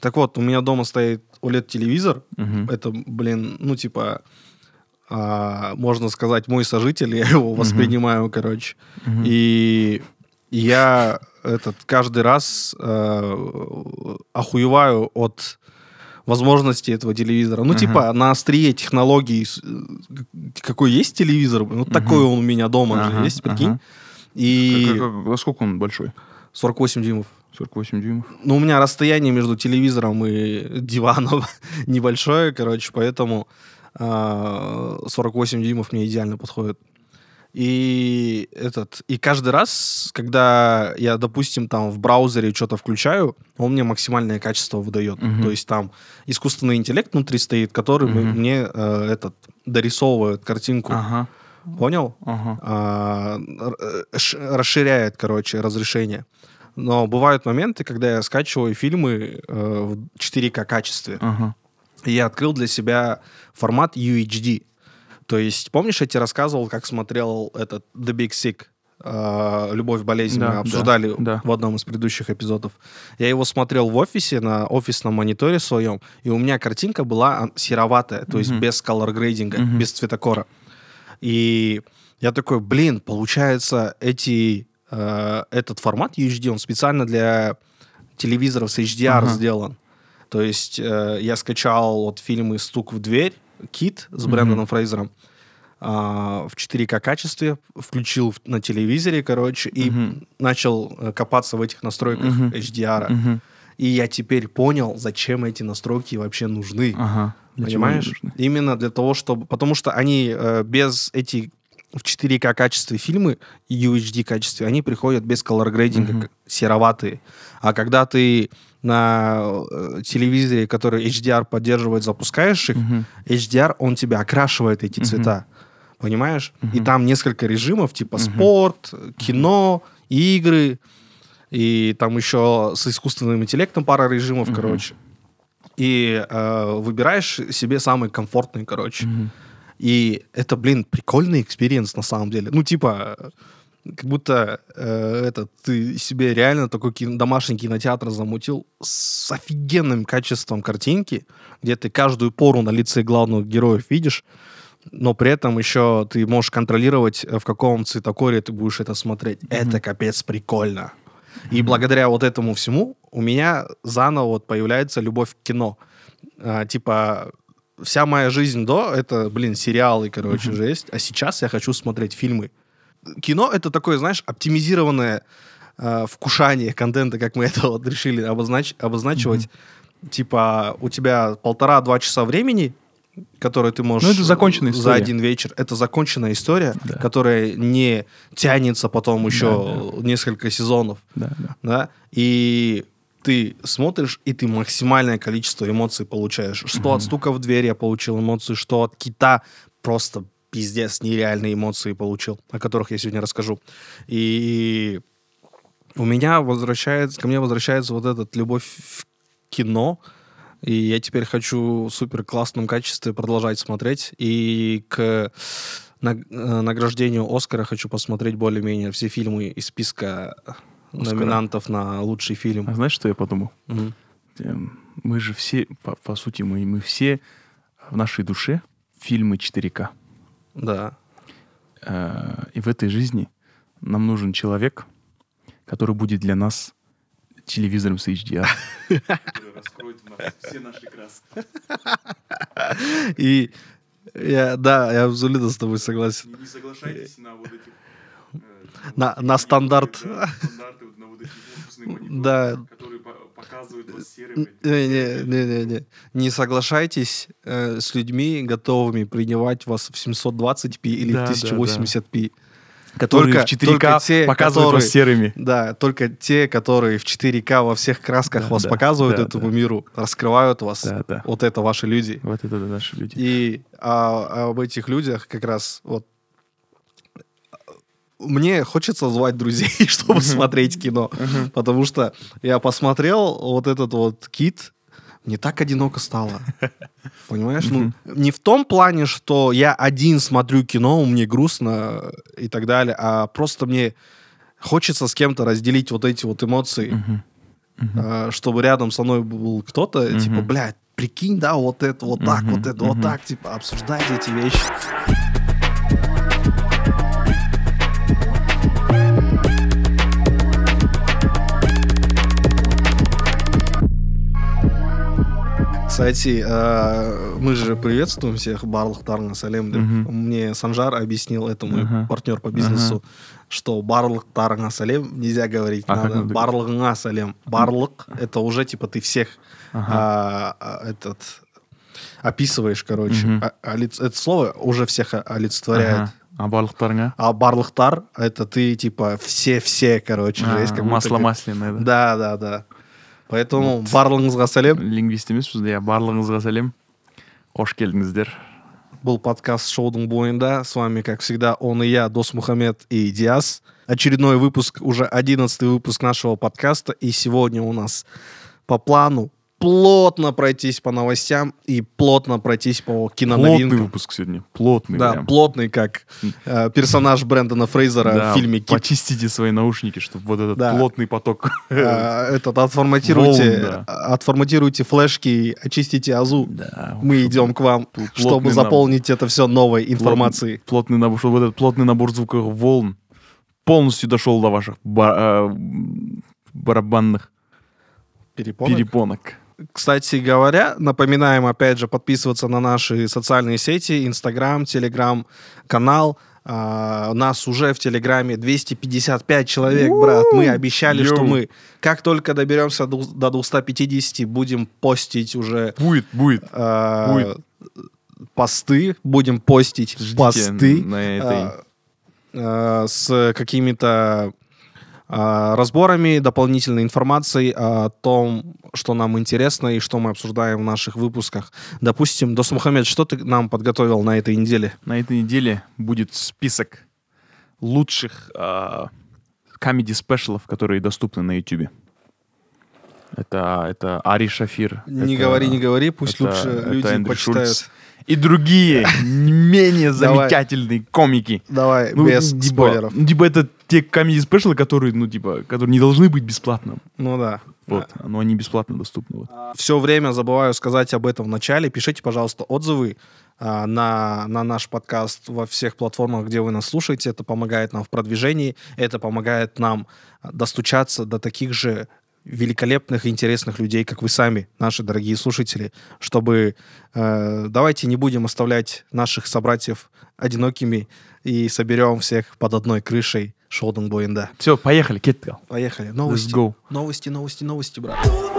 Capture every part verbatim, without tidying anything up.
Так вот, у меня дома стоит о лед телевизор. Мгм. Это, блин, ну, типа, а, можно сказать, мой сожитель. Я его Мгм. воспринимаю, короче. Мгм. И я этот каждый раз э, охуеваю от возможностей этого телевизора. Ну, Ага. типа, на острие технологий, с- э, какой есть телевизор, вот Мгм. такой он у меня дома же Ага, есть, прикинь. ага. И Как- как- Насколько он большой? сорок восемь дюймов. сорок восемь дюймов? Ну, у меня расстояние между телевизором и диваном небольшое, короче, поэтому а, сорок восемь дюймов мне идеально подходит. И этот, и каждый раз, когда я, допустим, там в браузере что-то включаю, он мне максимальное качество выдает. Мгм. То есть там искусственный интеллект внутри стоит, который мы- Мгм. мне э, этот дорисовывает картинку. Ага. Понял? Ага. А, р- э, ш- расширяет, короче, разрешение. Но бывают моменты, когда я скачиваю фильмы э, в четыре ка качестве. Ага. И я открыл для себя формат ю эйч ди. То есть, помнишь, я тебе рассказывал, как смотрел этот The Big Sick, э, «Любовь, болезнь», Да, мы да, обсуждали да. в одном из предыдущих эпизодов. Я его смотрел в офисе, на офисном мониторе своем, и у меня картинка была а, сероватая, то есть Мгм. без колор-грейдинга, Мгм. без цветокора. И я такой, блин, получается, эти, э, этот формат ю эйч ди, он специально для телевизоров с эйч ди ар Ага. сделан. То есть э, я скачал вот фильмы «Стук в дверь», «Кит» с Мгм. Брэндоном Фрейзером а, в четыре ка качестве, включил в- на телевизоре, короче, и Мгм. начал э, копаться в этих настройках Мгм. эйч ди ар. Мгм. И я теперь понял, зачем эти настройки вообще нужны. Ага. Для чего они Понимаешь? нужны? Именно для того, чтобы... Потому что они э, без этих в четыре ка качестве фильмы и ю эйч ди качестве, они приходят без колор-грейдинга, Мгм. к- сероватые. А когда ты на э, телевизоре, который эйч ди ар поддерживает, запускаешь их, Мгм. эйч ди ар, он тебе окрашивает эти Мгм. цвета. Понимаешь? И Мгм. там несколько режимов, типа Мгм. спорт, кино, игры. И там еще с искусственным интеллектом пара режимов, Мгм. короче. И э, выбираешь себе самый комфортный, короче. Мгм. И это, блин, прикольный экспириенс на самом деле. Ну, типа, э, как будто э, это, ты себе реально такой кино- домашний кинотеатр замутил с офигенным качеством картинки, где ты каждую пору на лице главных героев видишь, но при этом еще ты можешь контролировать, э, в каком цветокоре ты будешь это смотреть. Это капец прикольно. И благодаря вот этому всему у меня заново вот появляется любовь к кино. А, типа, вся моя жизнь до — это, блин, сериалы, короче, Мгм. жесть. А сейчас я хочу смотреть фильмы. Кино — это такое, знаешь, оптимизированное э, вкушание контента, как мы это вот решили обознач- обозначивать. Типа, у тебя полтора-два часа времени, которые ты можешь Ну, это законченная за история. один вечер. Это законченная история, Да. которая не тянется потом еще Да, несколько сезонов. Да, да. Да? И ты смотришь, и ты максимальное количество эмоций получаешь. Что от стука в дверь я получил эмоции, что от кита просто пиздец нереальные эмоции получил, о которых я сегодня расскажу. И у меня возвращается, ко мне возвращается вот эта любовь в кино, и я теперь хочу в супер классном качестве продолжать смотреть. И к наг- э, награждению Оскара хочу посмотреть более-менее все фильмы из списка номинантов на лучший фильм. А знаешь, что я подумал? Мгм. Эм, Мы же все, по, по сути, мы, мы все в нашей душе фильмы четыре ка. Да. Э, И в этой жизни нам нужен человек, который будет для нас телевизором с эйч ди ар. Который раскроет все наши краски. И я, да, я абсолютно с тобой согласен. Не соглашайтесь на вот этих... На- на стандарт. Стандарты, на вот эти фокусные мониторы, Да. которые по- показывают вас серыми. Не-не-не, не соглашайтесь э, с людьми, готовыми принимать вас в семьсот двадцать пи или Да, в да, тысяча восемьдесят пи. Которые Только- в четыре ка только те, показывают которые- вас серыми. Да, только те, которые в четыре ка во всех красках Да, вас да, показывают да, этому да. миру, раскрывают вас. Да, да. Вот это ваши люди. Вот это да, наши люди. И а, об этих людях как раз вот мне хочется звать друзей, чтобы смотреть кино, потому что я посмотрел вот этот вот Кит, мне так одиноко стало. Понимаешь? Ну, не в том плане, что я один смотрю кино, мне грустно и так далее, а просто мне хочется с кем-то разделить вот эти вот эмоции. Мгм. Uh-huh. Чтобы рядом со мной был кто-то, uh-huh. типа, блядь, прикинь, да, вот это, вот так, uh-huh. вот это, uh-huh. вот так, типа, обсуждать эти вещи. Кстати, мы же приветствуем всех, барлықтарыңа сәлем деп. Uh-huh. Мне Санжар объяснил, это мой uh-huh. партнер по бизнесу, uh-huh. что барлықтарыңа сәлем нельзя говорить, uh-huh. надо барлығыңа сәлем. Барлық — это уже типа ты всех uh-huh. а, а, этот описываешь, короче. Uh-huh. А, а, это слово уже всех олицетворяет. Uh-huh. А барлықтарыңа? А барлықтар — это ты типа все-все, короче. А, есть как масло масляное, да? Да, да, да. Поэтому вот. Барлығыңызға сәлем. Лингвист емеспіз, иә, барлығыңызға сәлем. Қош келдіңіздер. Был подкаст «Шоудың бойында». С вами, как всегда, он и я, Досмухамед и Диас. Очередной выпуск, уже одиннадцатый выпуск нашего подкаста. И сегодня у нас по плану плотно пройтись по новостям и плотно пройтись по киноновинкам. Плотный выпуск сегодня. Плотный. Да, прям. Плотный, как э, персонаж Брэндона Фрейзера да, в фильме «Кит». Почистите свои наушники, чтобы вот этот да. плотный поток... Этот, отформатируйте, волн, да. отформатируйте флешки, очистите АЗУ. Да, Мы чтобы, идем к вам, чтобы заполнить набор. Это все новой информацией. Плотный, плотный набор, чтобы вот этот плотный набор звуковых волн полностью дошел до ваших бар, э, барабанных перепонок. перепонок. Кстати говоря, напоминаем, опять же, подписываться на наши социальные сети, Инстаграм, Телеграм, канал. А, нас уже в Телеграме двести пятьдесят пять человек, брат. Мы обещали, Йоу. Что мы, как только доберемся до, до двести пятьдесят, будем постить уже... Будет, будет, а, будет. Посты, будем постить Ждите посты на этой... а, а, с какими-то... разборами, дополнительной информацией о том, что нам интересно и что мы обсуждаем в наших выпусках. Допустим, Досмухамед, что ты нам подготовил на этой неделе? На этой неделе будет список лучших э, комеди-спешалов, которые доступны на YouTube. Это, это Ари Шафир. Не это, говори, не говори, пусть это, лучше это люди Эндрю почитают. Шульц. И другие менее замечательные комики. Давай, ну, без типа, спойлеров. Ну, типа, это те комедий-спешлы, которые, ну, типа, которые не должны быть бесплатно. Ну да. Вот, да. но они бесплатно доступны. Вот. Все время забываю сказать об этом в начале. Пишите, пожалуйста, отзывы а, на, на наш подкаст во всех платформах, где вы нас слушаете. Это помогает нам в продвижении, это помогает нам достучаться до таких же великолепных и интересных людей, как вы сами, наши дорогие слушатели, чтобы э, давайте не будем оставлять наших собратьев одинокими и соберем всех под одной крышей Шоудың бойында. Все, поехали, кеттел. Поехали. Новости. Let's go. Новости, новости, новости, брат.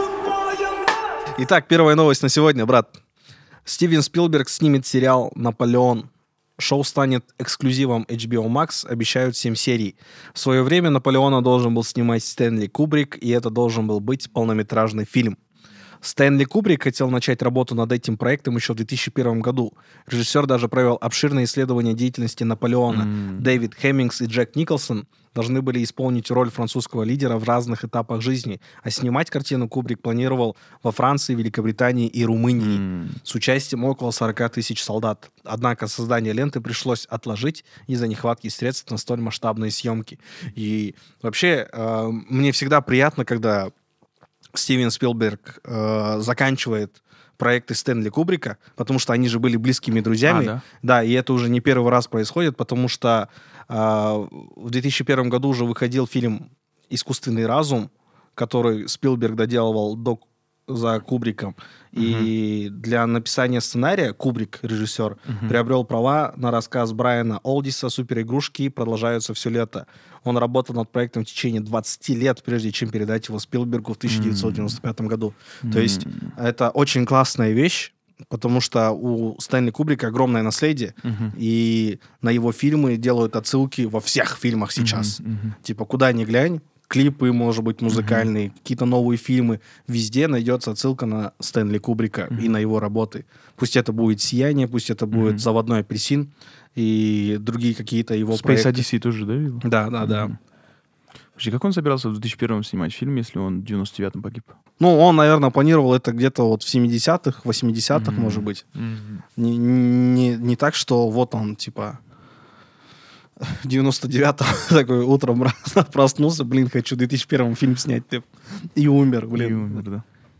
Итак, первая новость на сегодня, брат. Стивен Спилберг снимет сериал «Наполеон». Шоу станет эксклюзивом эйч би о Max, обещают семь серий. В свое время «Наполеона» должен был снимать Стэнли Кубрик, и это должен был быть полнометражный фильм. Стэнли Кубрик хотел начать работу над этим проектом еще в две тысячи первом году. Режиссер даже провел обширное исследование деятельности Наполеона. Mm. Дэвид Хэммингс и Джек Николсон должны были исполнить роль французского лидера в разных этапах жизни, а снимать картину Кубрик планировал во Франции, Великобритании и Румынии mm. с участием около сорок тысяч солдат. Однако создание ленты пришлось отложить из-за нехватки средств на столь масштабные съемки. И вообще, э, мне всегда приятно, когда Стивен Спилберг э, заканчивает проекты Стэнли Кубрика, потому что они же были близкими друзьями. А, да? Да, и это уже не первый раз происходит, потому что э, в две тысячи первом году уже выходил фильм «Искусственный разум», который Спилберг доделывал до, за Кубриком. Uh-huh. И для написания сценария Кубрик, режиссер, uh-huh. приобрел права на рассказ Брайана Олдиса «Суперигрушки» продолжаются все лето. Он работал над проектом в течение двадцать лет, прежде чем передать его Спилбергу в тысяча девятьсот девяносто пятом году. Mm. То есть это очень классная вещь, потому что у Стэнли Кубрика огромное наследие, mm-hmm. и на его фильмы делают отсылки во всех фильмах сейчас. Mm-hmm. Mm-hmm. Типа куда ни глянь, клипы, может быть, музыкальные, mm-hmm. какие-то новые фильмы, везде найдется отсылка на Стэнли Кубрика mm-hmm. и на его работы. Пусть это будет «Сияние», пусть это будет mm-hmm. «Заводной апельсин», и другие какие-то его Space проекты. Space Odyssey тоже, да, видел? Да, да, да. Mm-hmm. Подожди, как он собирался в две тысячи первом снимать фильм, если он в девяносто девятом погиб? Ну, он, наверное, планировал это где-то вот в семидесятых, восьмидесятых, mm-hmm. может быть. Mm-hmm. Не, не, не так, что вот он, типа, девяносто девятом такой утром проснулся, блин, хочу в две тысячи первом фильм снять, типа. И умер, блин. И умер, да.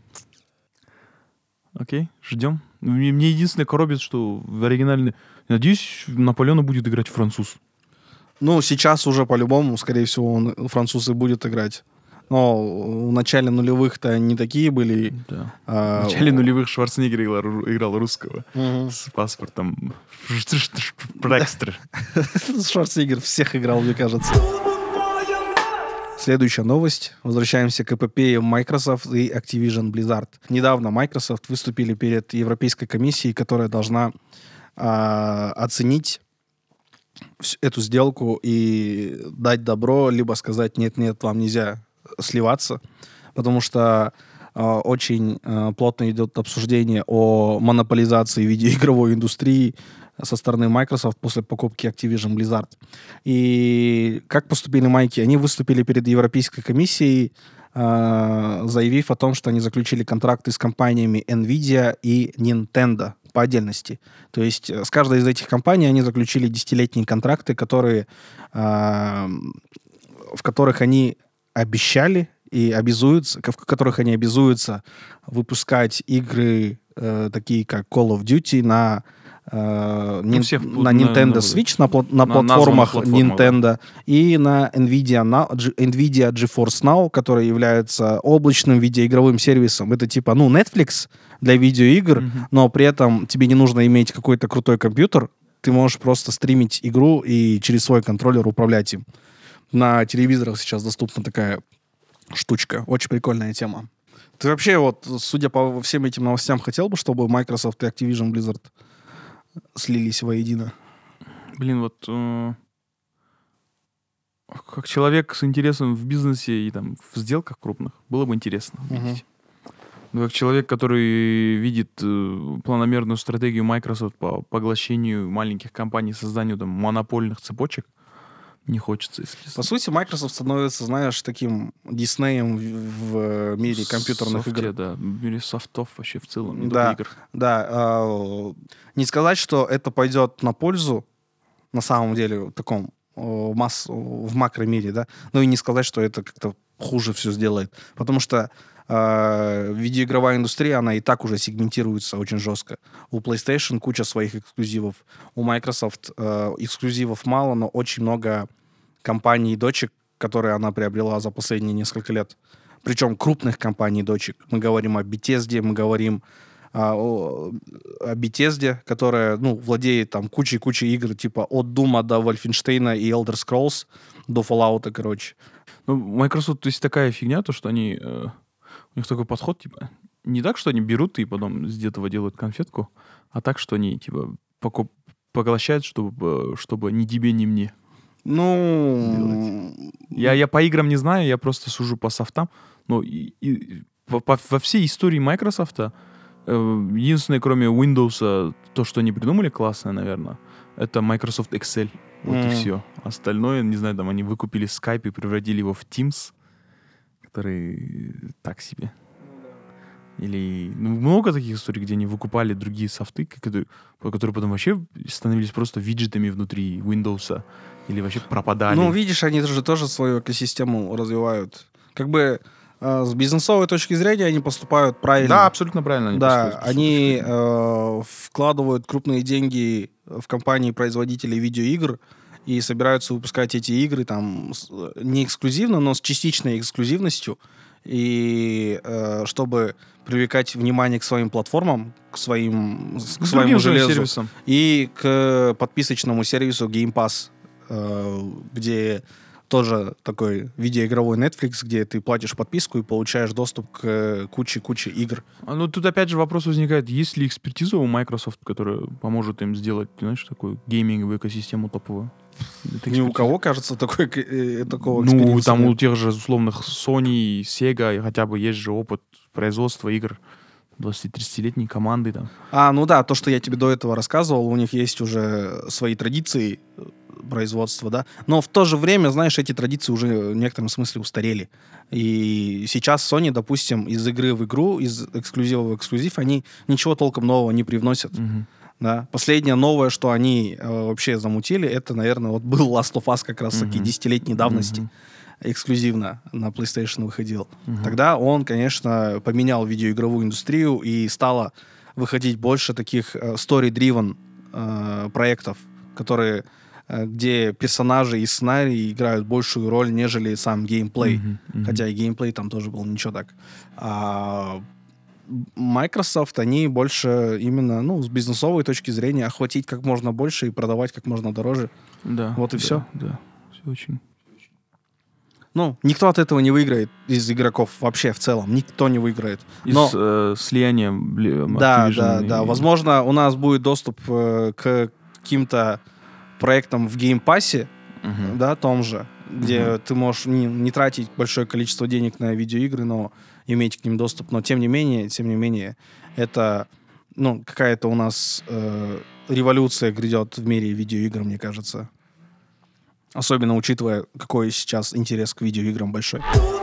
Окей, ждем. Мне, мне единственное коробит, что в оригинальной... Надеюсь, Наполеона будет играть француз. Ну, сейчас уже по-любому, скорее всего, он француз и будет играть. Но в начале нулевых-то не такие были. Да. А, В начале нулевых Шварценеггер играл, играл русского. Мгм. С паспортом. Брекстер. Шварценеггер всех играл, мне кажется. Следующая новость. Возвращаемся к эпопее Microsoft и Activision Blizzard. Недавно Microsoft выступили перед Европейской комиссией, которая должна а, оценить вс- эту сделку и дать добро, либо сказать нет-нет, вам нельзя сливаться, потому что а, очень а, плотно идет обсуждение о монополизации видеоигровой индустрии со стороны Microsoft после покупки Activision Blizzard. И как поступили майки? Они выступили перед Европейской комиссией, а, заявив о том, что они заключили контракты с компаниями Nvidia и Nintendo по отдельности. То есть э, с каждой из этих компаний они заключили десятилетние контракты, которые, а, в которых они обещали и обязуются, в которых они обязуются выпускать игры э, такие как Call of Duty на э, нин- всех на на- Nintendo на- Switch, на, пла- на на платформах названных платформах, Nintendo и на Nvidia, Now- G- Nvidia GeForce Now, который является облачным видеоигровым сервисом. Это типа, ну, Netflix для видеоигр, Мгм. но при этом тебе не нужно иметь какой-то крутой компьютер, ты можешь просто стримить игру и через свой контроллер управлять им. На телевизорах сейчас доступна такая штучка. Очень прикольная тема. Ты вообще, вот, судя по всем этим новостям, хотел бы, чтобы Microsoft и Activision Blizzard слились воедино? Блин, вот э, как человек с интересом в бизнесе и там в сделках крупных, было бы интересно Мгм. видеть. Но как человек, который видит э, планомерную стратегию Microsoft по поглощению маленьких компаний, созданию там монопольных цепочек, не хочется, если По честно. сути, Microsoft становится, знаешь, таким Диснеем в, в мире компьютерных Софте, игр. да, в мире софтов вообще в целом, не Да. только игр. Да, а, не сказать, что это пойдет на пользу, на самом деле, в таком о, масс, в макромире, да, но и не сказать, что это как-то хуже все сделает. Потому что а, видеоигровая индустрия, она и так уже сегментируется очень жестко. У PlayStation куча своих эксклюзивов. У Microsoft а, эксклюзивов мало, но очень много компаний и дочек, которые она приобрела за последние несколько лет. Причем крупных компаний и дочек. Мы говорим о Bethesda, мы говорим а, о, о Bethesda, которая, ну, владеет там кучей-кучей игр, типа от Дума до Wolfenstein и Elder Scrolls до Fallout, короче. Ну, Microsoft, то есть такая фигня, то, что они... э, у них такой подход, типа, не так, что они берут и потом из этого делают конфетку, а так, что они, типа, покуп- поглощают, чтобы, э, чтобы ни тебе, ни мне. Ну, Я, я по играм не знаю, я просто сужу по софтам, но и- и по- по- во всей истории Microsoft э, единственное, кроме Windows, то, что они придумали классное, наверное, это Microsoft Excel. Вот и Мгм. все. Остальное, не знаю, там они выкупили Skype и превратили его в Teams, который так себе. Или ну, много таких историй, где они выкупали другие софты, которые, которые потом вообще становились просто виджетами внутри Windows или вообще пропадали. ну, видишь, они же тоже свою экосистему развивают. Как бы э, с бизнесовой точки зрения они поступают правильно. Да, абсолютно правильно. они Да, поступают, они абсолютно. э, вкладывают крупные деньги в компании-производителей видеоигр и собираются выпускать эти игры там с- не эксклюзивно, но с частичной эксклюзивностью. И э, чтобы привлекать внимание к своим платформам, к, своим, с- к С своему другим же железу сервисом. и к подписочному сервису Game Pass, э, где тоже такой видеоигровой Netflix, где ты платишь подписку и получаешь доступ к куче-куче игр. А, ну, тут опять же вопрос возникает, есть ли экспертиза у Microsoft, которая поможет им сделать, знаешь, такую гейминговую экосистему топовую? Это Ни у экспертиза. кого, кажется, такой, э, такого Ну, экспириенса там у нет. тех же условных Sony, Sega хотя бы есть же опыт производства игр двадцати-тридцатилетней команды там. А, ну да, то, что я тебе до этого рассказывал, у них есть уже свои традиции э, производства, да. Но в то же время, знаешь, эти традиции уже в некотором смысле устарели. И сейчас Sony, допустим, из игры в игру, из эксклюзива в эксклюзив, они ничего толком нового не привносят. Мгм. Да. Последнее новое, что они э, вообще замутили, это, наверное, вот был Last of Us как раз-таки Мгм. десятилетней давности. Мгм. Эксклюзивно на PlayStation выходил. Мгм. Тогда он, конечно, поменял видеоигровую индустрию и стало выходить больше таких э, story-driven э, проектов, которые, э, где персонажи и сценарий играют большую роль, нежели сам геймплей. Мгм. Мгм. Хотя и геймплей там тоже был ничего так. А Microsoft, они больше именно, ну, с бизнесовой точки зрения охватить как можно больше и продавать как можно дороже. Да. Вот и да, всё. Да. Все очень. Ну, никто от этого не выиграет из игроков вообще в целом. Никто не выиграет. Из Но э, слияния бли- да, Activision да, да. и- Возможно, у нас будет доступ э, к каким-то проектам в геймпассе, Мгм. да, том же, где Мгм. ты можешь не, не тратить большое количество денег на видеоигры, но иметь к ним доступ. Но тем не менее, тем не менее, это, ну, какая-то у нас э, революция грядет в мире видеоигр, мне кажется. Особенно учитывая, какой сейчас интерес к видеоиграм большой.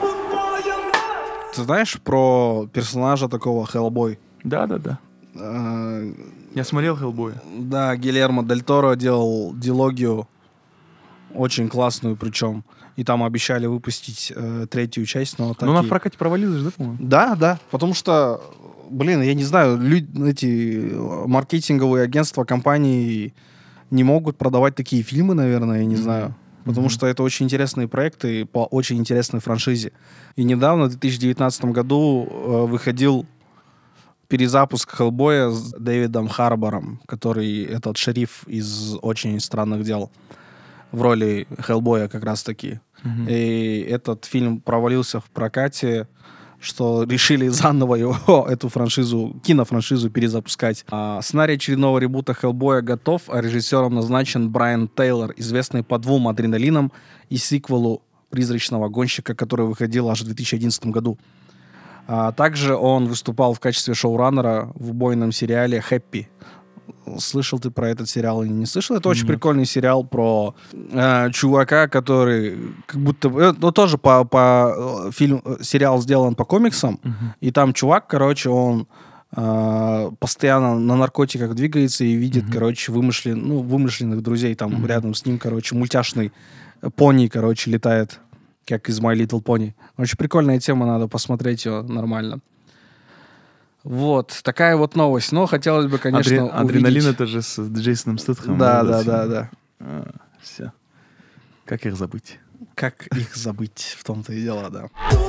Ты знаешь про персонажа такого Hellboy? Да, да, да. Э, Я смотрел Хеллбоя. Да, Гильермо Дель Торо делал дилогию, очень классную причем. И там обещали выпустить э, третью часть, но так Но она и- в прокате провалилась, да, по-моему? Да, да, потому что, блин, я не знаю, люди, эти э, маркетинговые агентства, компании не могут продавать такие фильмы, наверное, я не Мгм. знаю. Потому Мгм. что это очень интересные проекты по очень интересной франшизе. И недавно, в две тысячи девятнадцатом году, э, выходил перезапуск Хеллбоя с Дэвидом Харбором, который этот шериф из «Очень странных дел» в роли Хеллбоя как раз-таки. Мгм. И этот фильм провалился в прокате, что решили заново его, эту франшизу, кинофраншизу перезапускать. А сценарий очередного ребута Хеллбоя готов, а режиссером назначен Брайан Тейлор, известный по двум «Адреналинам» и сиквелу «Призрачного гонщика», который выходил аж в две тысячи одиннадцатом году. А также он выступал в качестве шоураннера в убойном сериале «Хэппи». Слышал ты про этот сериал или не слышал? Это очень Нет. прикольный сериал про э, чувака, который как будто... бы- э, Ну, тоже по, по э, фильм, э, сериал сделан по комиксам. Мгм. И там чувак, короче, он э, постоянно на наркотиках двигается и видит, Мгм. короче, вымышлен, ну, вымышленных друзей. Там Мгм. рядом с ним, короче, мультяшный пони, короче, летает, как из My Little Pony. Очень прикольная тема, надо посмотреть ее нормально. Вот, такая вот новость. Но хотелось бы, конечно, Адре- Адреналин увидеть... это же с Джейсоном Стэтхэмом. Да, вот да, этот да, фильм. да. А, все. Как их забыть? Как их забыть, в том-то и дело, да.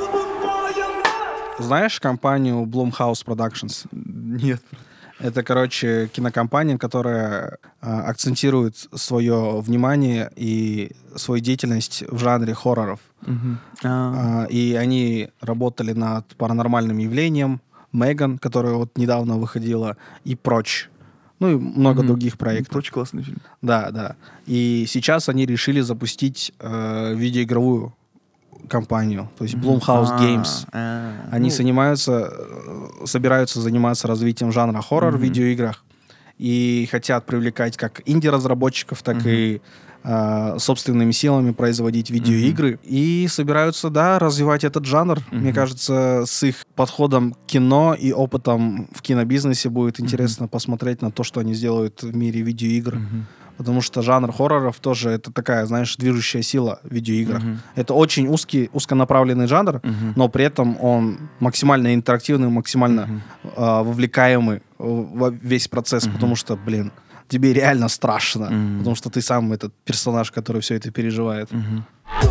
Знаешь компанию Blumhouse Productions? Нет. Это, короче, кинокомпания, которая а, акцентирует свое внимание и свою деятельность в жанре хорроров. Мгм. А, А, и они работали над «Паранормальным явлением», «Меган», которая вот недавно выходила, и «Прочь». Ну и много мгм. других проектов. Прочь классный фильм. Да, да. И сейчас они решили запустить э, видеоигровую компанию, то есть Blumhouse А, Games. а, Они ну, занимаются, э, собираются заниматься развитием жанра хоррор в Мгм. видеоиграх и хотят привлекать как инди-разработчиков, так Мгм. и э, собственными силами производить видеоигры. И собираются, да, развивать этот жанр. Мне Мгм. кажется, с их подходом к кино и опытом в кинобизнесе будет интересно посмотреть на то, что они сделают в мире видеоигр. Мгм. Потому что жанр хорроров тоже это такая, знаешь, движущая сила в видеоиграх. Мгм. Это очень узкий, узконаправленный жанр, Мгм. но при этом он максимально интерактивный, максимально Мгм. э, вовлекаемый во весь процесс, Мгм. потому что, блин, тебе реально страшно, Мгм. потому что ты сам этот персонаж, который все это переживает. Мгм.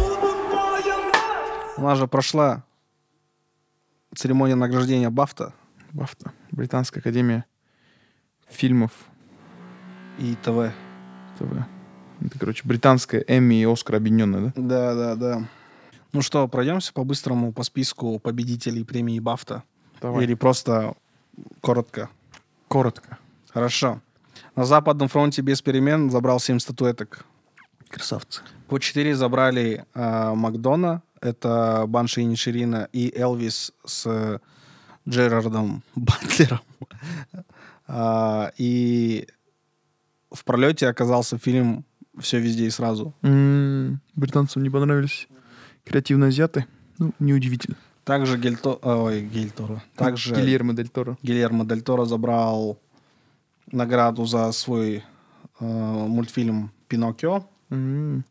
У нас же прошла церемония награждения Бафта Бафта. Британская академия фильмов и ТВ. ТВ. Это, короче, британская Эмми и Оскар объединенная, да? Да, да, да. Ну что, пройдемся по-быстрому по списку победителей премии Бафта? Давай. Или просто коротко? Коротко. Хорошо. На Западном фронте без перемен забрал семь статуэток. Красавцы. По четыре забрали э, Макдона, это Банши и Ниширина, и Элвис с Джерардом Батлером. А, и в пролете оказался фильм «Все везде и сразу». М, Британцам не понравились креативные азиаты. Ну, неудивительно. Также Гельто... Ой, Гельторо. Также Гильермо Дель Торо. Гильермо Дель Торо забрал награду за свой э, мультфильм «Пиноккио». М.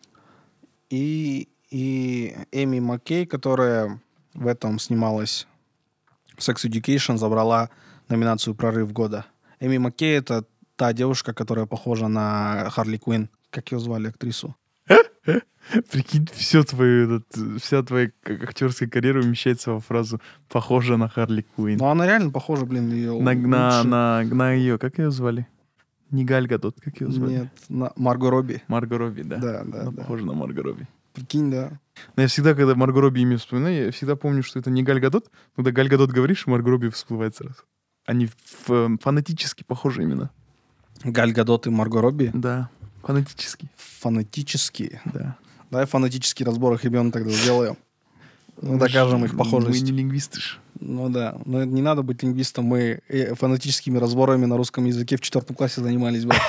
И, и Эми Маккей, которая в этом снималась в Sex Education, забрала номинацию «Прорыв года». Эми Маккей — это та девушка, которая похожа на Харли Квинн. Как ее звали, актрису? Прикинь, все твою, этот, вся твоя к- актерская карьера умещается во фразу «похожа на Харли Квинн». Ну, она реально похожа, блин, ее На, на, лучше. на, на ее, как ее звали? Не Галь Гадот, как ее звали? Нет, на Марго Робби. Марго Робби, да. Да, да, Она да. похожа на Марго Робби. Прикинь, да. Но я всегда, когда Марго Робби имя вспоминаю, я всегда помню, что это не Галь Гадот. Когда Галь Гадот говоришь, Марго Робби всплывает сразу. Они ф- фонетически похожи именно. Галь Гадот и Марго Робби. Да, фонетически, Фонетические. да. Давай фонетический разбор их имен тогда сделаем. Мы Мы докажем ж- их похожесть. Мы не лингвисты ж. Ну да, но не надо быть лингвистом. Мы э, фонетическими разборами на русском языке в четвертом классе занимались, брат.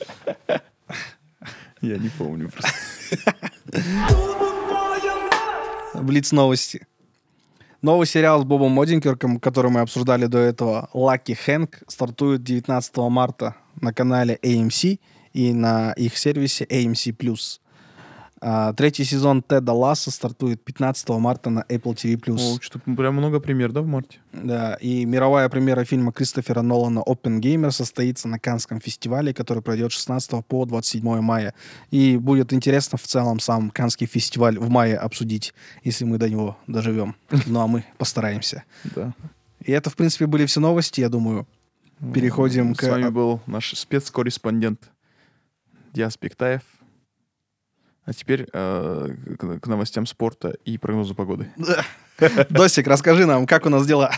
Я не помню просто. Блиц новости. Новый сериал с Бобом Одинкерком, который мы обсуждали до этого, «Лаки Хэнк», стартует девятнадцатого марта на канале эй эм си и на их сервисе эй эм си плюс. А, третий сезон Теда Ласса стартует пятнадцатого марта на Apple ти ви плюс. О, что-то прям много премьер, да, в марте? Да, и мировая премьера фильма Кристофера Нолана «Оппенгеймер» состоится на Каннском фестивале, который пройдет с шестнадцатого по двадцать седьмое мая. И будет интересно в целом сам Каннский фестиваль в мае обсудить, если мы до него доживем. Ну, а мы постараемся. Да. И это, в принципе, были все новости, я думаю. Переходим С к... вами был наш спецкорреспондент Диас Пиктаев. А теперь э, к, к новостям спорта и прогнозу погоды. Досик, расскажи нам, как у нас дела?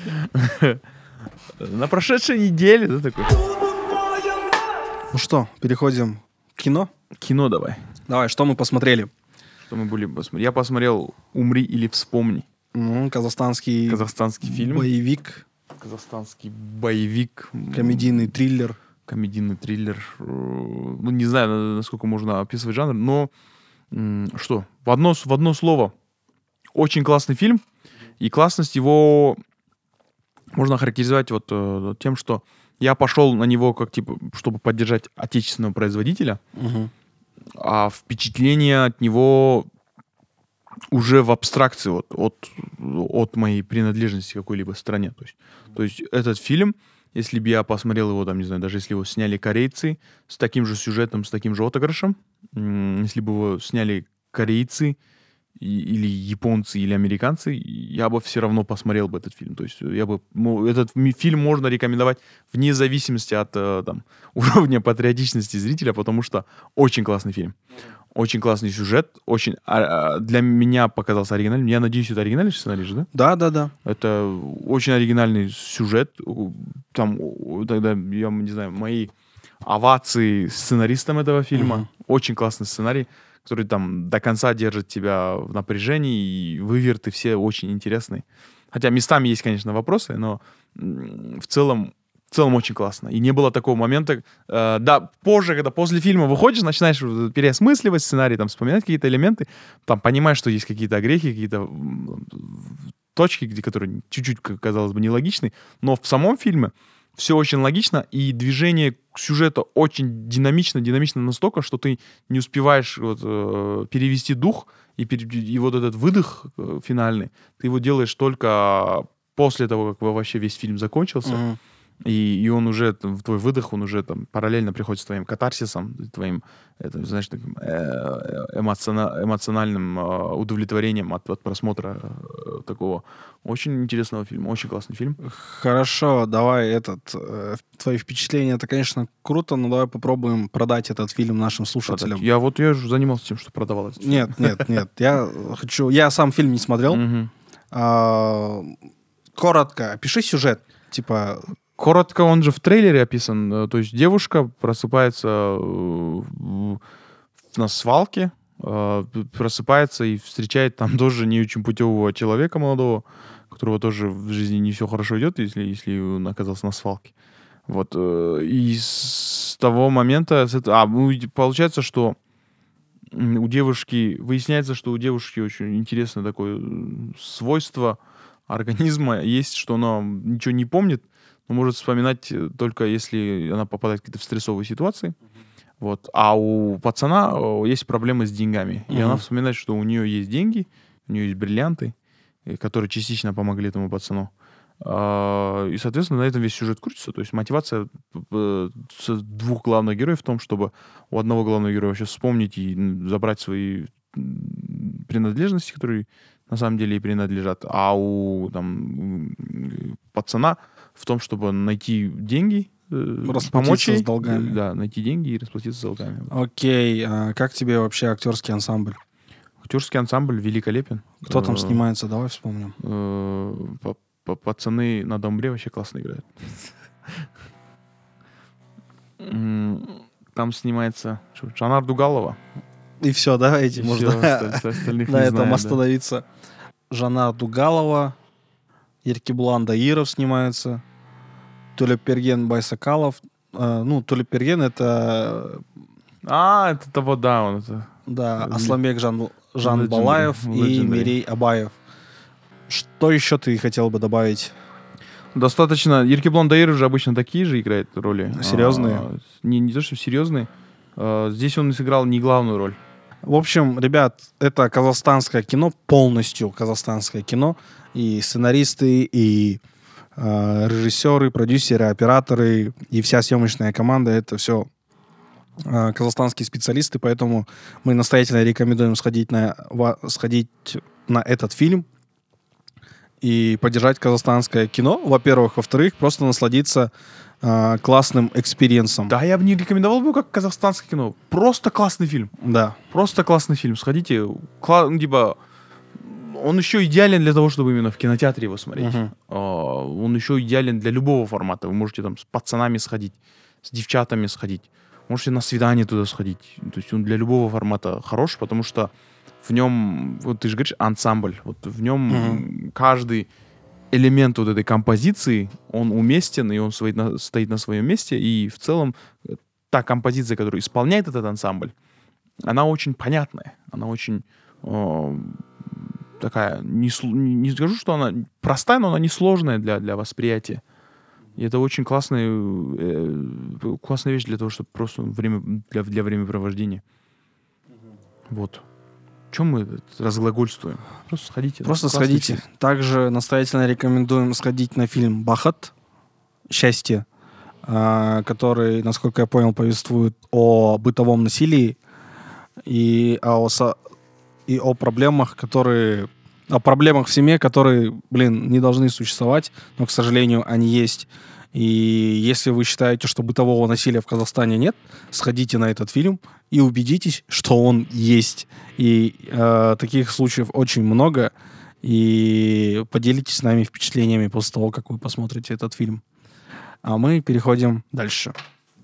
На прошедшей неделе, да, такой? Ну что, переходим к кино? Кино давай. Давай, что мы посмотрели? Что мы были посмотреть? Я посмотрел «Умри или вспомни». М, Казахстанский Казахстанский фильм. боевик, Казахстанский боевик. м, комедийный триллер. Комедийный триллер. Э, Ну, не знаю, на- насколько можно описывать жанр, но м, что? В одно, с- в одно слово. Очень классный фильм. И классность его можно охарактеризовать вот э, тем, что я пошел на него как типа, чтобы поддержать отечественного производителя, Мгм. а впечатление от него уже в абстракции вот, от, от моей принадлежности к какой-либо стране. То есть, то есть этот фильм, если бы я посмотрел его, там, не знаю, даже если его сняли корейцы с таким же сюжетом, с таким же отыгрышем, м, если бы его сняли корейцы и- или японцы, или американцы, я бы все равно посмотрел бы этот фильм. То есть я бы, ну, этот ми- фильм можно рекомендовать вне зависимости от э, там, уровня патриотичности зрителя, потому что очень классный фильм. Очень классный сюжет, очень а, а, для меня показался оригинальным. Я надеюсь, это оригинальный сценарий же, да? Да, да, да. Это очень оригинальный сюжет. У- Там у- тогда, я не знаю, мои овации сценаристам этого фильма. Мгм. Очень классный сценарий, который там до конца держит тебя в напряжении, и выверты все очень интересные. Хотя местами есть, конечно, вопросы, но м, в целом в целом очень классно. И не было такого момента. э, да, позже, когда после фильма выходишь, начинаешь вот переосмысливать сценарий, там, вспоминать какие-то элементы, там, понимаешь, что есть какие-то огрехи, какие-то м, точки, где, которые чуть-чуть, как казалось бы, нелогичны. Но в самом фильме все очень логично, и движение к сюжету очень динамично, динамично настолько, что ты не успеваешь вот, э, перевести дух, и, пере- и вот этот выдох э, финальный, ты его делаешь только после того, как вообще весь фильм закончился. Мгм. И, и он уже, там, твой выдох, он уже там параллельно приходит с твоим катарсисом, твоим, это, знаешь, таким э, эмоциона- эмоциональным э, удовлетворением от, от просмотра э, такого очень интересного фильма, очень классный фильм. Хорошо, давай этот... э, твои впечатления, это, конечно, круто, но давай попробуем продать этот фильм нашим слушателям. Я вот я же занимался тем, что продавал этот фильм. Нет, нет, нет. Я хочу... Я сам фильм не смотрел. Мгм. А, коротко, опиши сюжет. Типа... Коротко, он же в трейлере описан. э, То есть девушка просыпается э, в- на свалке, э, п- просыпается и встречает там тоже не очень путевого человека молодого, которого тоже в жизни не все хорошо идет, если, если он оказался на свалке. Вот. э, И с того момента... с это- А, ну, и получается, что м, у девушки... Выясняется, что у девушки очень интересное такое м, свойство организма есть, что она ничего не помнит, но может вспоминать только если она попадает в какие-то стрессовые ситуации. Вот. А у пацана есть проблемы с деньгами. И mm-hmm. она вспоминает, что у нее есть деньги, у нее есть бриллианты, которые частично помогли этому пацану. И, соответственно, на этом весь сюжет крутится. То есть мотивация двух главных героев в том, чтобы у одного главного героя сейчас вспомнить и забрать свои принадлежности, которые на самом деле и принадлежат, а у там, пацана в том, чтобы найти деньги, помочь ей, с долгами. Да, найти деньги и расплатиться с долгами. Окей. А как тебе вообще актерский ансамбль? Актерский ансамбль великолепен. Кто там снимается? Давай вспомним. Пацаны на Домбре вообще классно играют. Там снимается Жанар Дугалова. И все, да, эти и можно все, на этом знаю, остановиться. Да. Жанар Дугалова, Еркебулан Даиров снимается, Төлепберген Байсакалов. Э, ну, Төлепберген это... А, это того, да, он это... Да, Асламбек Жан, Жан Балаев и Мирей Абаев. Что еще ты хотел бы добавить? Достаточно. Еркебулан Даиров же обычно такие же играет роли. Серьезные? А, не, не то, что серьезные. А, здесь он сыграл не главную роль. В общем, ребят, это казахстанское кино, полностью казахстанское кино. И сценаристы, и э, режиссеры, продюсеры, операторы, и вся съемочная команда, это все э, казахстанские специалисты, поэтому мы настоятельно рекомендуем сходить на, ва, сходить на этот фильм и поддержать казахстанское кино, во-первых. Во-вторых, просто насладиться э, классным экспириенсом. Да, я бы не рекомендовал бы как казахстанское кино. Просто классный фильм. Да. Просто классный фильм. Сходите. Кла- ну, типа, он еще идеален для того, чтобы именно в кинотеатре его смотреть. Uh-huh. Uh, он еще идеален для любого формата. Вы можете там с пацанами сходить, с девчатами сходить. Можете на свидание туда сходить. То есть он для любого формата хорош, потому что в нем, вот ты же говоришь, ансамбль. Вот в нем uh-huh. каждый элемент вот этой композиции, он уместен, и он стоит на, стоит на своем месте. И в целом та композиция, которую исполняет этот ансамбль, она очень понятная. Она очень э, такая, не, не скажу, что она простая, но она несложная для, для восприятия. И это очень классная, э, классная вещь для того, чтобы просто время, для, для времяпровождения. Uh-huh. Вот. Чем мы разглагольствуем? Просто сходите. Просто сходите. Фильм. Также настоятельно рекомендуем сходить на фильм «Бахат. Счастье», который, насколько я понял, повествует о бытовом насилии и о, и о проблемах, которые... О проблемах в семье, которые, блин, не должны существовать, но, к сожалению, они есть. И если вы считаете, что бытового насилия в Казахстане нет, сходите на этот фильм и убедитесь, что он есть. И э, таких случаев очень много. И поделитесь с нами впечатлениями после того, как вы посмотрите этот фильм. А мы переходим дальше.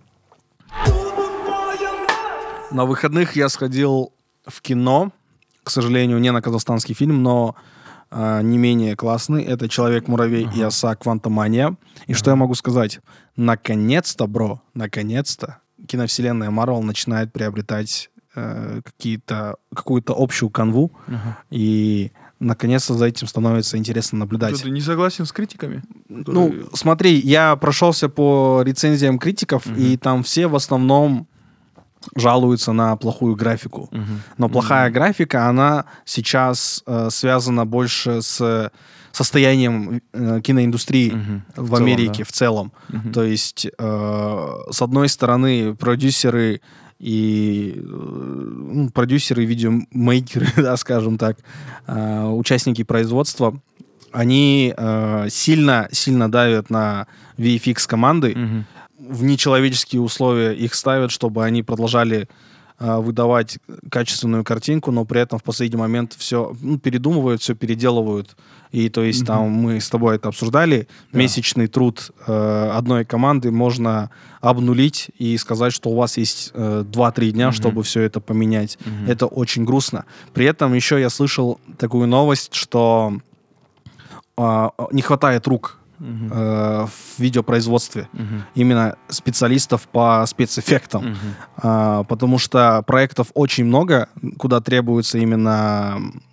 На выходных я сходил в кино. К сожалению, не на казахстанский фильм, но э, не менее классный. Это «Человек-муравей» uh-huh. и «Оса Квантомания». И uh-huh. что я могу сказать? Наконец-то, бро, наконец-то киновселенная Марвел начинает приобретать э, какие-то, какую-то общую канву. Uh-huh. И наконец-то за этим становится интересно наблюдать. Ты не согласен с критиками? Которые... Ну, смотри, я прошелся по рецензиям критиков, uh-huh. и там все в основном жалуются на плохую графику. Uh-huh. Но плохая uh-huh. графика, она сейчас э, связана больше с состоянием э, киноиндустрии uh-huh. в, в Америке целом, да. в целом. Uh-huh. То есть, э, с одной стороны, продюсеры и э, ну, продюсеры, видеомейкеры, да, скажем так, э, участники производства, они э, сильно, сильно давят на ви эф икс команды, uh-huh. в нечеловеческие условия их ставят, чтобы они продолжали э, выдавать качественную картинку, но при этом в последний момент все ну, передумывают, все переделывают. И то есть mm-hmm. там мы с тобой это обсуждали. Да. Месячный труд э, одной команды можно обнулить и сказать, что у вас есть э, два-три дня, mm-hmm. чтобы все это поменять. Mm-hmm. Это очень грустно. При этом еще я слышал такую новость, что э, не хватает рук Uh-huh. э, в видеопроизводстве. Uh-huh. Именно специалистов по спецэффектам. Uh-huh. э, потому что проектов очень много, куда требуется именно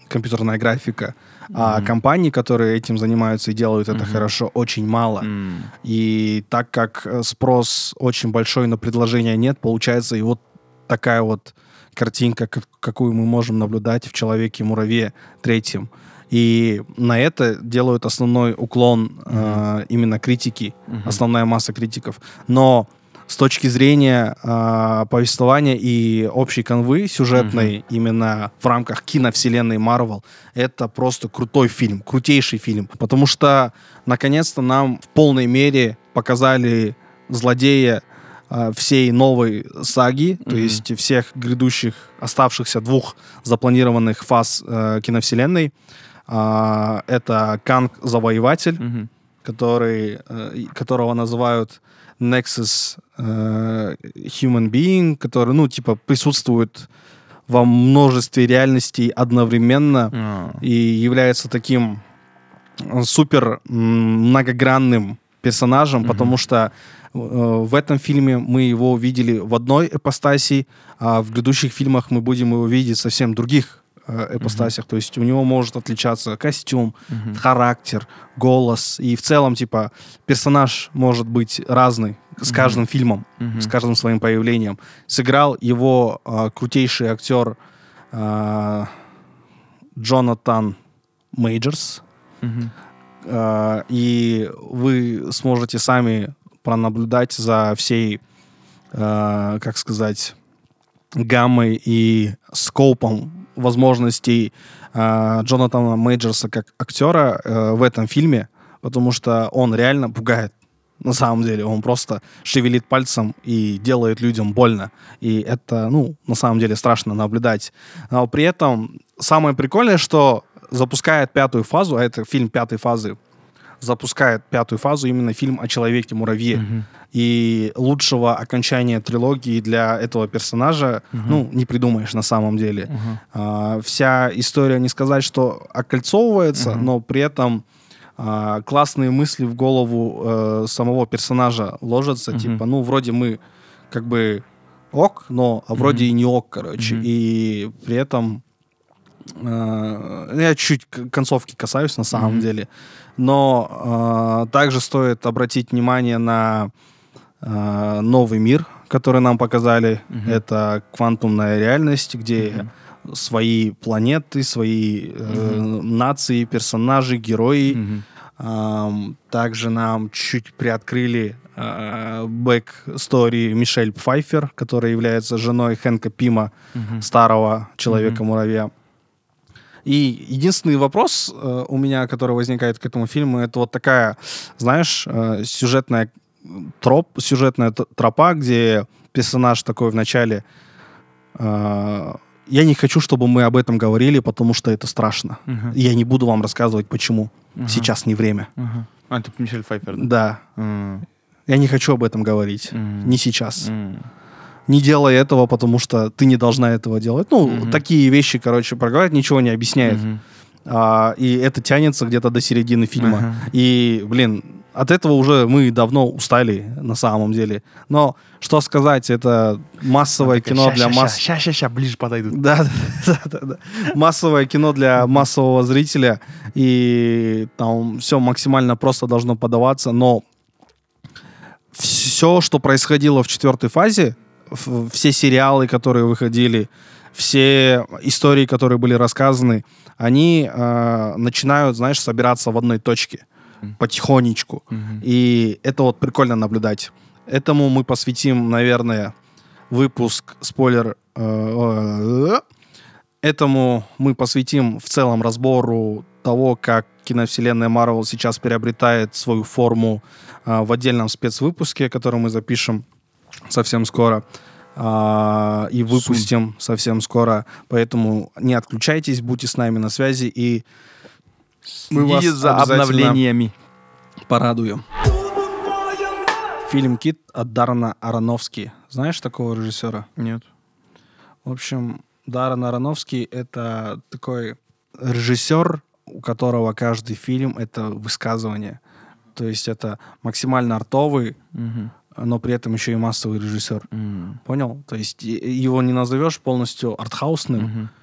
компьютерная графика, Mm-hmm. а компаний, которые этим занимаются и делают это mm-hmm. хорошо, очень мало. Mm. И так как спрос очень большой, но предложения нет, получается и вот такая вот картинка, какую мы можем наблюдать в «Человеке-муравье» третьем. И на это делают основной уклон mm-hmm. э, именно критики, mm-hmm. основная масса критиков. Но с точки зрения э, повествования и общей канвы сюжетной, mm-hmm. именно в рамках киновселенной Marvel, это просто крутой фильм, крутейший фильм. Потому что, наконец-то, нам в полной мере показали злодея э, всей новой саги, mm-hmm. то есть всех грядущих, оставшихся двух запланированных фаз э, киновселенной. Э, это Канг-завоеватель, mm-hmm. который, э, которого называют Nexus uh, Human Being, который, ну, типа, присутствует во множестве реальностей одновременно mm. и является таким супер многогранным персонажем, mm-hmm. потому что uh, в этом фильме мы его увидели в одной ипостаси, а в грядущих фильмах мы будем его видеть совсем других ипостасях, mm-hmm. то есть у него может отличаться костюм, mm-hmm. характер, голос, и в целом, типа, персонаж может быть разный с каждым mm-hmm. фильмом, mm-hmm. с каждым своим появлением. Сыграл его э, крутейший актер э, Джонатан Мейджерс, mm-hmm. э, и вы сможете сами пронаблюдать за всей, э, как сказать, гаммой и скопом возможностей э, Джонатана Мейджерса как актера э, в этом фильме, потому что он реально пугает. На самом деле, он просто шевелит пальцем и делает людям больно. И это, ну, на самом деле страшно наблюдать. Но при этом самое прикольное, что запускает пятую фазу, а это фильм пятой фазы, запускает пятую фазу именно фильм о Человеке-муравье. Mm-hmm. И лучшего окончания трилогии для этого персонажа, mm-hmm. ну, не придумаешь на самом деле. Mm-hmm. А, вся история, не сказать, что окольцовывается, mm-hmm. но при этом а, классные мысли в голову э, самого персонажа ложатся. Mm-hmm. Типа, ну, вроде мы как бы ок, но а вроде mm-hmm. и не ок, короче. Mm-hmm. И при этом э, я чуть концовки касаюсь на самом mm-hmm. деле. Но э, также стоит обратить внимание на э, новый мир, который нам показали. Mm-hmm. Это квантумная реальность, где mm-hmm. свои планеты, свои э, mm-hmm. нации, персонажи, герои. Mm-hmm. Э, также нам чуть приоткрыли э, бэк-стори Мишель Пфайффер, которая является женой Хэнка Пима, mm-hmm. старого Человека-муравья. Mm-hmm. И единственный вопрос э, у меня, который возникает к этому фильму, это вот такая, знаешь, э, сюжетная троп, сюжетная тропа, где персонаж такой в начале э, я не хочу, чтобы мы об этом говорили, потому что это страшно. Uh-huh. Я не буду вам рассказывать, почему. Uh-huh. Сейчас не время. Uh-huh. А, это Мишель Пфайффер, да? Да. Uh-huh. Я не хочу об этом говорить. Uh-huh. Не сейчас. Uh-huh. Не делай этого, потому что ты не должна этого делать. Ну, uh-huh. такие вещи, короче, проговаривать ничего не объясняет. Uh-huh. А, и это тянется где-то до середины фильма. Uh-huh. И, блин, от этого уже мы давно устали, на самом деле. Но, что сказать, это массовое такая, кино ща, для ща, масс... Сейчас, сейчас, сейчас, ближе подойдут. Да, да, да, да. Массовое кино для массового зрителя. И там все максимально просто должно подаваться. Но все, что происходило в четвертой фазе, все сериалы, которые выходили, все истории, которые были рассказаны, они э, начинают, знаешь, собираться в одной точке mm-hmm. потихонечку. Mm-hmm. И это вот прикольно наблюдать. Этому мы посвятим, наверное, выпуск, спойлер, э, этому мы посвятим в целом разбору того, как киновселенная Marvel сейчас приобретает свою форму э, в отдельном спецвыпуске, который мы запишем совсем скоро. Uh, и выпустим Сум. совсем скоро. Поэтому не отключайтесь, будьте с нами на связи, и мы вас за обновлениями порадуем. Фильм «Кит» от Даррена Аронофски. Знаешь такого режиссера? Нет. В общем, Даррен Аронофски — это такой режиссер, у которого каждый фильм — это высказывание. То есть это максимально артовый, угу. но при этом еще и массовый режиссер. Mm. Понял? То есть его не назовешь полностью артхаусным,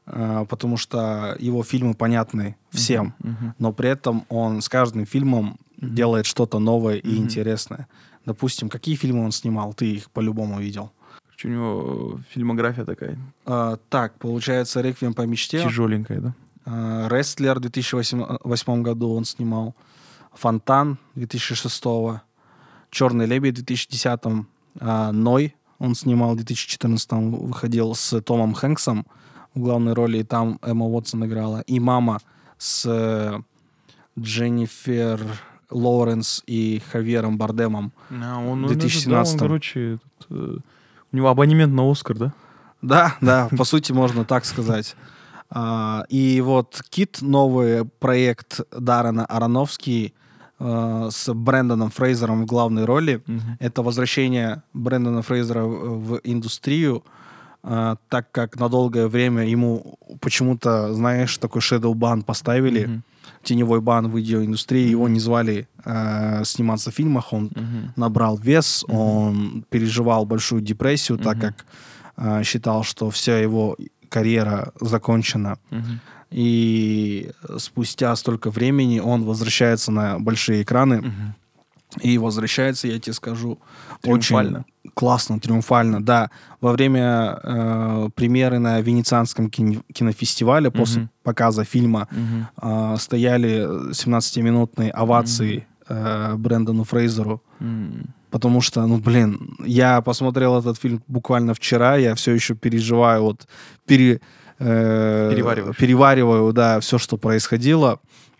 э, потому что его фильмы понятны всем, Мгм, мгм. но при этом он с каждым фильмом Мгм. делает что-то новое и Мгм. интересное. Допустим, какие фильмы он снимал? Ты их по-любому видел. У него фильмография такая Э, так, получается, «Реквием по мечте», тяжеленькая, да? э, «Рестлер» в две тысячи восьмом году он снимал, «Фонтан» две тысячи шестого, «Черный лебедь» в две тысячи десятом, э, «Ной» он снимал в две тысячи четырнадцатом, выходил с Томом Хэнксом в главной роли, и там Эмма Уотсон играла, и «Мама» с э, Дженнифер Лоуренс и Хавьером Бардемом. А, он, В он, это, да, он, две тысячи семнадцатом. короче, этот, э, у него абонемент на Оскар, да? Да, да, по сути, можно так сказать. А, и вот «Кит», новый проект Даррена Аронофски э, с Брэндоном Фрейзером в главной роли. Мгм. Это возвращение Брэндона Фрейзера в, в индустрию, э, так как на долгое время ему почему-то, знаешь, такой shadow ban поставили, Мгм. теневой бан в видеоиндустрии, его Мгм. не звали э, сниматься в фильмах, он Мгм. набрал вес, Мгм. он переживал большую депрессию, так Мгм. как э, считал, что вся его карьера закончена. Мгм. И спустя столько времени он возвращается на большие экраны. Мгм. И возвращается, я тебе скажу, Триумфально. очень классно, триумфально. Да, во время э, премьеры на Венецианском кино- кинофестивале, после Мгм. показа фильма, Мгм. э, стояли семнадцатиминутные овации э, Брэндону Фрейзеру. М. Потому что, ну, блин, я посмотрел этот фильм буквально вчера, я все еще переживаю, вот, пере, э, Перевариваешь. перевариваю, да, все, что происходило.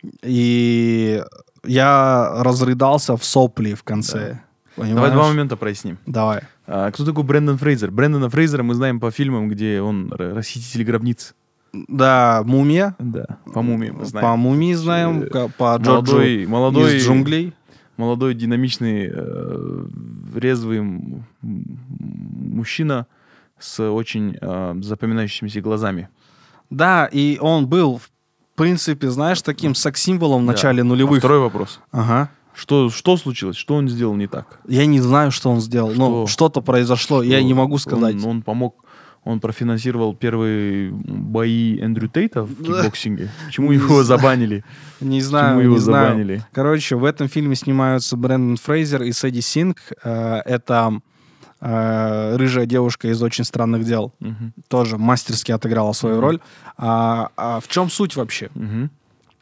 И я разрыдался в сопли в конце. Понимаешь? Давай два момента проясним. Давай. А, кто такой Брэндон Фрейзер? Брэндона Фрейзера мы знаем по фильмам, где он р- расхититель гробниц. Да, «Мумия». Да, по мумии мы знаем. По «Мумии» знаем, Э, ка- по молодой, Джорджу молодой, из «Джунглей». молодой, динамичный, э, резвый м- м- мужчина с очень э, запоминающимися глазами. Да, и он был, в принципе, знаешь, таким секс-символом в Да. начале А нулевых. второй вопрос. Ага. Что, что случилось? Что он сделал не так? Я не знаю, что он сделал. Ну, Что? что-то произошло, я Что не могу сказать. Он, он помог, он профинансировал первые бои Эндрю Тейта в Да. кикбоксинге. Почему Не его знаю. забанили? Не знаю, Почему его не знаю. забанили? Короче, в этом фильме снимаются Брэндон Фрейзер и Сэдди Синг. Э, Это э, рыжая девушка из «Очень странных дел». Мгм. Тоже мастерски отыграла свою Мгм. роль. А, а в чем суть вообще? Мгм.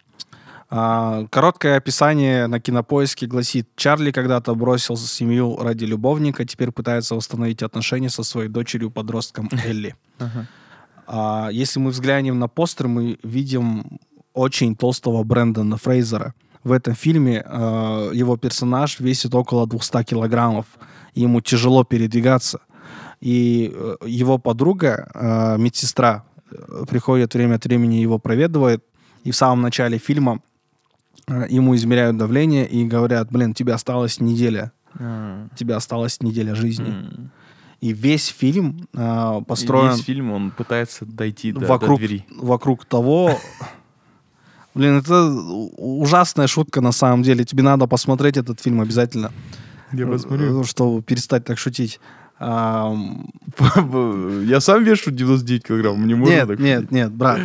А, короткое описание на Кинопоиске гласит: Чарли когда-то бросил семью ради любовника, теперь пытается восстановить отношения со своей дочерью-подростком Элли. Ага. А, если мы взглянем на постер, мы видим очень толстого Брэндона Фрейзера. В этом фильме э, его персонаж весит около двухсот килограммов. И ему тяжело передвигаться. И э, его подруга, э, медсестра, э, приходит время от времени, его проведывает. И в самом начале фильма э, ему измеряют давление и говорят: блин, тебе осталась неделя. А. Тебе осталась неделя жизни. М. И весь фильм э, И построен весь фильм он пытается дойти до, до вокруг, двери. вокруг того... Блин, это у- ужасная шутка на самом деле. Тебе надо посмотреть этот фильм обязательно, Я э, чтобы перестать так шутить. Ам, Я сам вешу девяносто девять килограмм, мне можно Нет, так нет, шутить? нет, брат.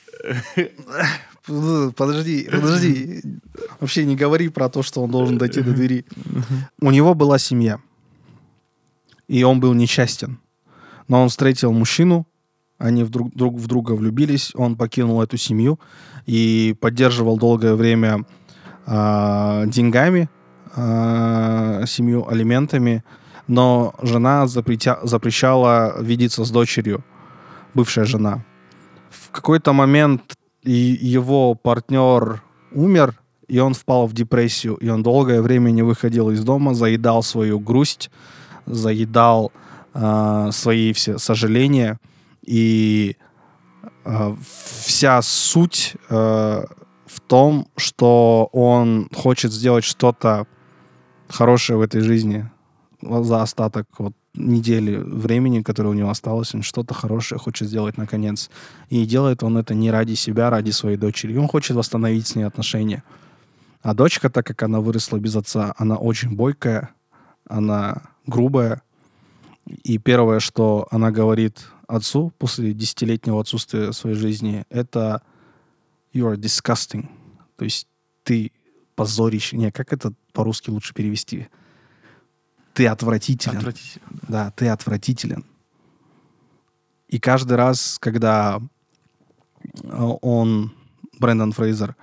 Подожди, подожди. Вообще не говори про то, что он должен дойти до двери. У него была семья. И он был несчастен. Но он встретил мужчину, они вдруг, друг в друга влюбились, он покинул эту семью и поддерживал долгое время а, деньгами а, семью, алиментами, но жена запретя- запрещала видеться с дочерью, бывшая жена. В какой-то момент и его партнер умер, и он впал в депрессию, и он долгое время не выходил из дома, заедал свою грусть, заедал э, свои все сожаления, и э, вся суть э, в том, что он хочет сделать что-то хорошее в этой жизни за остаток вот недели времени, которое у него осталось, он что-то хорошее хочет сделать наконец. И делает он это не ради себя, а ради своей дочери. И он хочет восстановить с ней отношения. А дочка, так как она выросла без отца, она очень бойкая, она грубая. И первое, что она говорит отцу после десятилетнего отсутствия в своей жизни, это you are disgusting. То есть ты позорище. Не, как это по-русски лучше перевести? Ты отвратителен. Отвратительно. Да, ты отвратителен. И каждый раз, когда он, Брендан Фрейзер,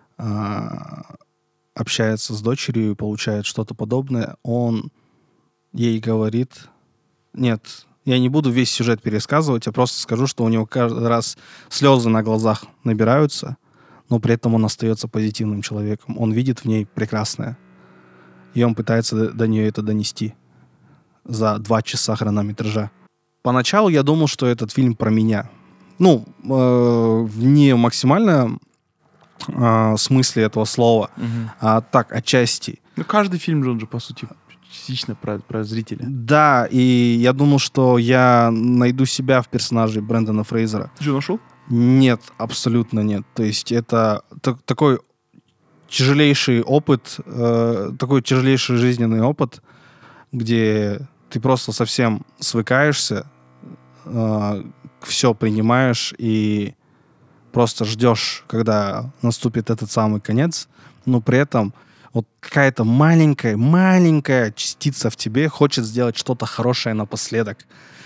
общается с дочерью и получает что-то подобное, он ей говорит... Нет, я не буду весь сюжет пересказывать, я просто скажу, что у него каждый раз слезы на глазах набираются, но при этом он остается позитивным человеком. Он видит в ней прекрасное. И он пытается до, до нее это донести за два часа хронометража. Поначалу я думал, что этот фильм про меня. Ну, э, не максимально э, смысле этого слова, Угу. а так, отчасти. Ну, каждый фильм же, он же, по сути, частично про, про зрителя. Да, и я думал, что я найду себя в персонаже Брэндона Фрейзера. Ты что, нашел? Нет, абсолютно нет. То есть это т- такой тяжелейший опыт, э, такой тяжелейший жизненный опыт, где ты просто совсем свыкаешься, э, все принимаешь и просто ждешь, когда наступит этот самый конец, но при этом вот какая-то маленькая, маленькая частица в тебе хочет сделать что-то хорошее напоследок.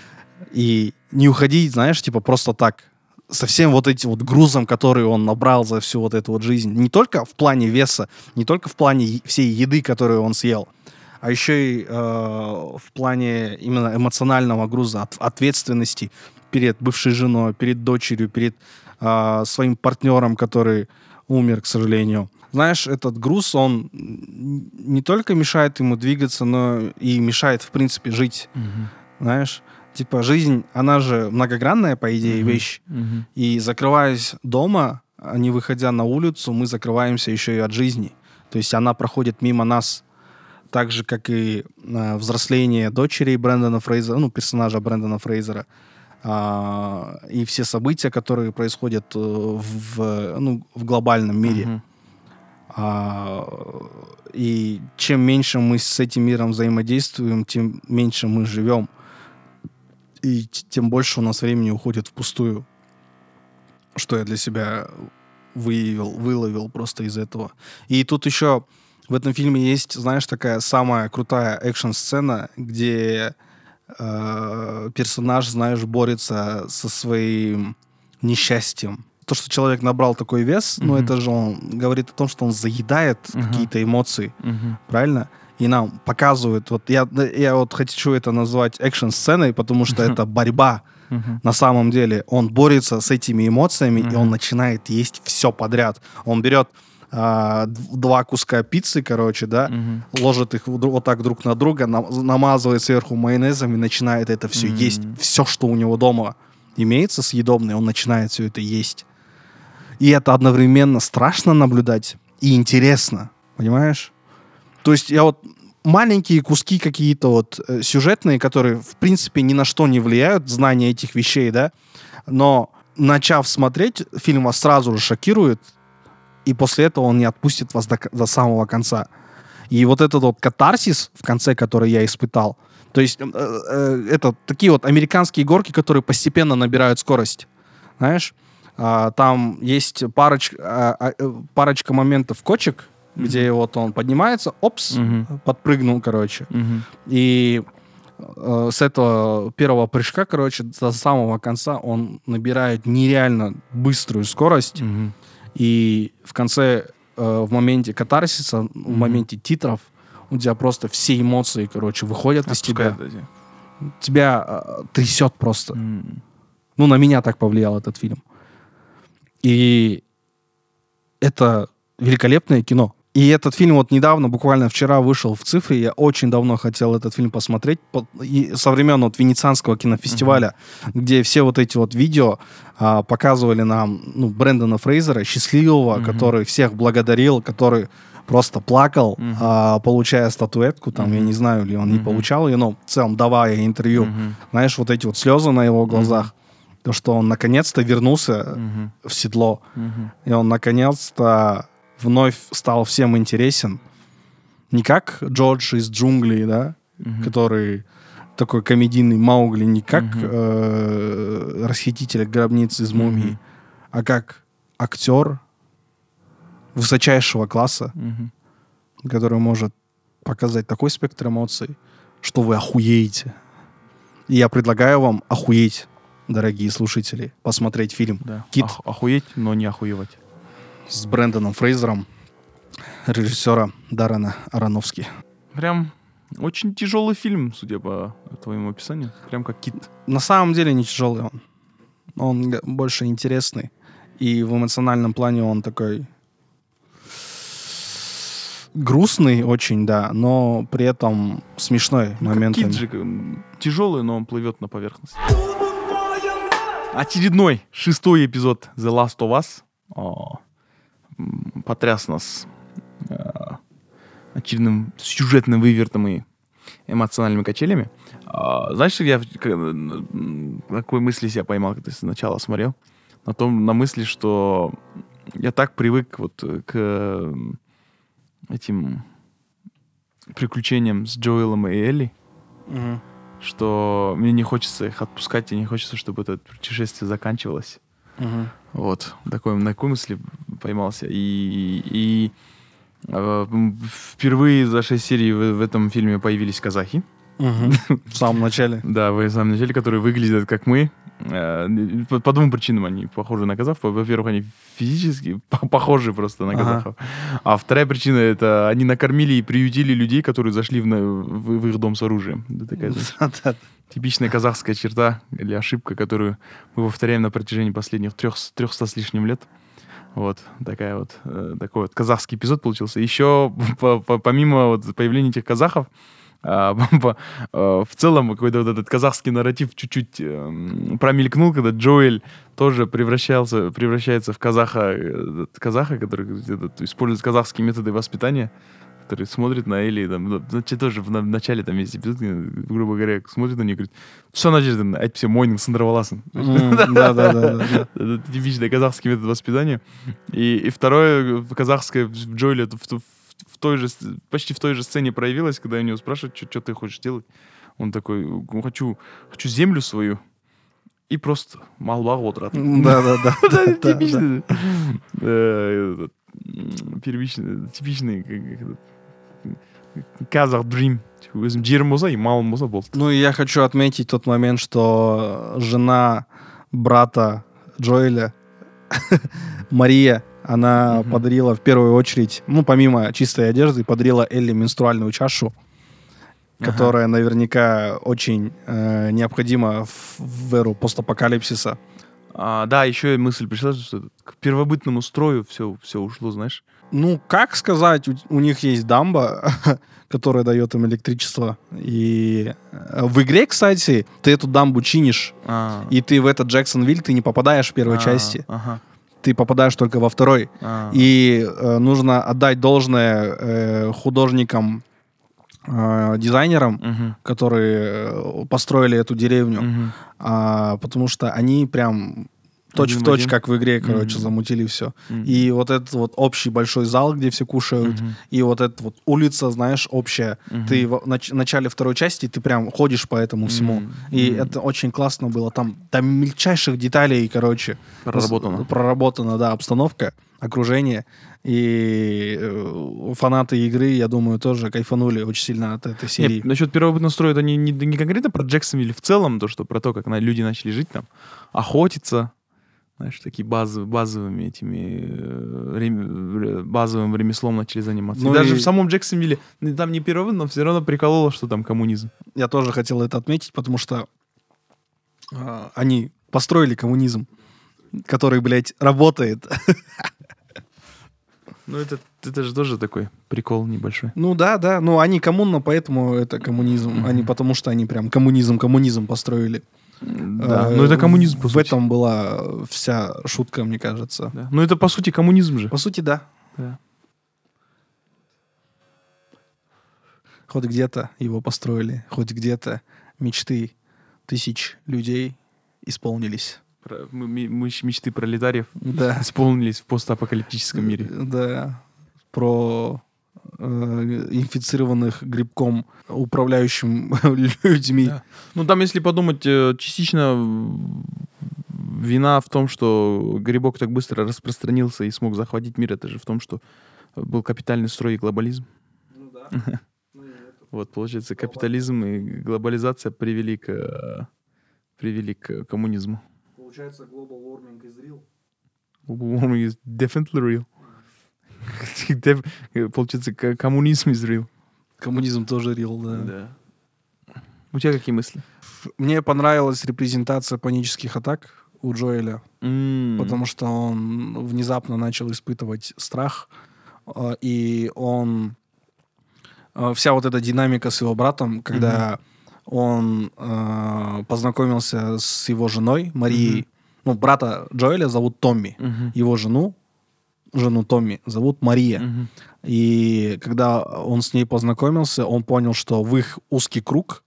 И не уходить, знаешь, типа просто так, со всем вот этим вот грузом, который он набрал за всю вот эту вот жизнь. Не только в плане веса, не только в плане е- всей еды, которую он съел, а еще и э, в плане именно эмоционального груза, от- ответственности перед бывшей женой, перед дочерью, перед э, своим партнером, который умер, к сожалению. Знаешь, этот груз, он н- не только мешает ему двигаться, но и мешает, в принципе, жить. Угу. Знаешь, типа жизнь, она же многогранная, по идее, Мгм. вещь. Угу. И закрываясь дома, а не выходя на улицу, мы закрываемся еще и от жизни. То есть она проходит мимо нас. Так же, как и э, взросление дочери Брэндона Фрейзера, ну, персонажа Брэндона Фрейзера, а, и все события, которые происходят э, в, ну, в глобальном мире. Угу. А, и чем меньше мы с этим миром взаимодействуем, тем меньше мы живем. И т- тем больше у нас времени уходит впустую. Что я для себя выявил, выловил просто из этого. И тут еще в этом фильме есть, знаешь, такая самая крутая экшн-сцена, где э, персонаж, знаешь, борется со своим несчастьем. То, что человек набрал такой вес, ну, Мгм. это же он говорит о том, что он заедает Мгм. какие-то эмоции, Угу. правильно? И нам показывают, вот я, я вот хочу это назвать экшн-сценой, потому что это борьба. Угу. На самом деле он борется с этими эмоциями, и Мгм. он начинает есть все подряд. Он берет а, д- два куска пиццы, короче, да, Угу. ложит их в дру- вот так друг на друга, нам- намазывает сверху майонезом и начинает это все Мгм. есть. Все, что у него дома имеется съедобное, он начинает все это есть. И это одновременно страшно наблюдать и интересно, понимаешь? То есть я вот маленькие куски какие-то вот э, сюжетные, которые в принципе ни на что не влияют, знание этих вещей, да, но начав смотреть, фильм вас сразу же шокирует, и после этого он не отпустит вас до, к- до самого конца. И вот этот вот катарсис в конце, который я испытал, то есть э, э, это такие вот американские горки, которые постепенно набирают скорость, знаешь, А, там есть пароч- а, а, э, парочка моментов кочек, где вот он поднимается, опс, Мгм. подпрыгнул, короче. Угу. И э, с этого первого прыжка, короче, до самого конца он набирает нереально быструю скорость. Угу. И в конце, э, в моменте катарсиса, в Мгм. моменте титров, у тебя просто все эмоции, короче, выходят из тебя. Тебя э, трясет просто. Ну, на меня так повлиял этот фильм. И это великолепное кино. И этот фильм вот недавно, буквально вчера, вышел в цифре. Я очень давно хотел этот фильм посмотреть. По- и со времен вот Венецианского кинофестиваля, где все вот эти вот видео а, показывали нам, ну, Брэндона Фрейзера, счастливого, Мгм. который всех благодарил, который просто плакал, Мгм. а, получая статуэтку. Там, я Мгм. не знаю, ли он не Мгм. получал ее, но в целом давая интервью. Мгм. Знаешь, вот эти вот слезы на его глазах. То, что он наконец-то вернулся Мгм. в седло. Мгм. И он наконец-то вновь стал всем интересен. Не как Джордж из джунглей, да, Мгм. который такой комедийный Маугли не как Мгм. э, расхититель гробниц из мумии, Мгм. а как актер высочайшего класса, Мгм. который может показать такой спектр эмоций, что вы охуеете. И я предлагаю вам охуеть, дорогие слушатели, посмотреть фильм Да. «Кит» Ох- охуеть, но не охуевать. с Брэндоном Фрейзером, режиссера Даррена Аронофски. Прям очень тяжелый фильм, судя по твоему описанию. Прям как Кит. На самом деле не тяжелый он. Он г- больше интересный. И в эмоциональном плане он такой грустный очень, да, но при этом смешной Ну, как моментами. Кит же м, тяжелый, но он плывет на поверхность. Очередной шестой эпизод The Last of Us О, м, потряс нас э, очередным сюжетным вывертом и эмоциональными качелями. А, знаешь, я в- к- м, на какой мысли себя поймал, когда сначала смотрел? На том, на мысли, что я так привык вот к э, этим приключениям с Джоэлом и Элли, Мгм. что мне не хочется их отпускать, и не хочется, чтобы это путешествие заканчивалось. Мгм. Вот, такой, на такой мысли поймался. И, и э, м, впервые за шесть серий в, в этом фильме появились казахи. Мгм. В самом начале. Да, в самом начале, которые выглядят как мы. Э, По, по двум причинам они похожи на казахов. Во-первых, они физически по- похожи просто на Ага. казахов. А вторая причина — это они накормили и приютили людей, которые зашли в, на- в- в их дом с оружием. Это такая, знаешь, Да-да. типичная казахская черта или ошибка, которую мы повторяем на протяжении последних трех, трехсот с лишним лет. Вот такая вот, э, такой вот казахский эпизод получился. Еще по- по- помимо вот появления этих казахов, а, по- э, в целом какой-то вот этот казахский нарратив чуть-чуть эм, промелькнул, когда Джоэль тоже превращался, превращается в казаха, э, этот казаха, который этот, использует казахские методы воспитания, который смотрит на Элли, там, ну, значит, тоже в, на- в начале там есть эпизод, где, грубо говоря, смотрит на нее и говорит: все, значит, әйтпесе мойның сындырып М, Да-да-да. Это типичный казахский метод воспитания. И, и второе, э, казахское в Джоэле в, в- в той же, с- почти в той же сцене проявилось, когда у него спрашивают, что ты хочешь делать. Он такой: «Ну, хочу, хочу землю свою и просто малбаг отыратын». Да-да-да. Это Да-да. типичный, э, этот, м, первичный, типичный как- как этот, казах дрим. Типа, өзім жерім болса и малым болса болды. Ну, и я хочу отметить тот момент, что жена брата Джоэля, Мария, она Мгм. подарила в первую очередь, ну, помимо чистой одежды, подарила Элли менструальную чашу, Ага. которая наверняка очень э, необходима в, в эру постапокалипсиса. А, да, еще и мысль пришла, что к первобытному строю все, все ушло, знаешь. Ну, как сказать, у, у них есть дамба, которая дает им электричество. И э, в игре, кстати, ты эту дамбу чинишь, А, и ты в этот Джексонвиль, ты не попадаешь в первой а, части, Ага. ты попадаешь только во второй. а. И э, нужно отдать должное э, художникам, э, дизайнерам, Мгм. которые э, построили эту деревню, Мгм. а, потому что они прям точь Один в в точь, один. как в игре, короче, Мгм. замутили все. Мгм. И вот этот вот общий большой зал, где все кушают, Мгм. и вот эта вот улица, знаешь, общая. Мгм. Ты в нач- начале второй части, ты прям ходишь по этому всему. Мгм. И Мгм. это очень классно было. Там до мельчайших деталей, короче. Проработано. рас- Проработана, да, обстановка, окружение. И э, фанаты игры, я думаю, тоже кайфанули очень сильно от этой серии. Нет, насчет первобытного строя, это не, не, не конкретно про Джексонвиль в целом, то, что про то, как на- люди начали жить там, охотиться, знаешь, такие базы, базовыми этими, э, рем- э, базовым ремеслом начали заниматься. Ну и даже и- в самом Джексонвилле, ну, там не первобытно, но все равно прикололо, что там коммунизм. Я тоже хотел это отметить, потому что а, они построили коммунизм, который, блядь, работает. Ну, это, это же тоже такой прикол небольшой. Ну да, да, ну они коммунно, поэтому это коммунизм, а не потому что они прям коммунизм-коммунизм построили. Да, Э, ну это коммунизм, по В сути. этом была вся шутка, мне кажется. Да. Ну это, по сути, коммунизм же. По сути, да. Да. Хоть где-то его построили, хоть где-то мечты тысяч людей исполнились. Про- мы- мы- мы- мечты пролетариев Да. исполнились в постапокалиптическом мире. Да. Про э, инфицированных грибком управляющим людьми. Да. Ну, там, если подумать, э, частично вина в том, что грибок так быстро распространился и смог захватить мир, это же в том, что был капитальный строй и глобализм. Ну да. Вот, получается, капитализм и глобализация привели к, привели к коммунизму. Получается, global warming is real. Global warming is definitely real. Получается, коммунизм is real. Коммунизм тоже real, да. Да. У тебя какие мысли? Мне понравилась репрезентация панических атак у Джоэля, Mm. потому что он внезапно начал испытывать страх, э, и он... э, Вся вот эта динамика с его братом, когда он э, познакомился с его женой Марией, Мгм. ну, брата Джоэля зовут Томми, Мгм. его жену, жену Томми зовут Мария. Мгм. И когда он с ней познакомился, он понял, что в их узкий круг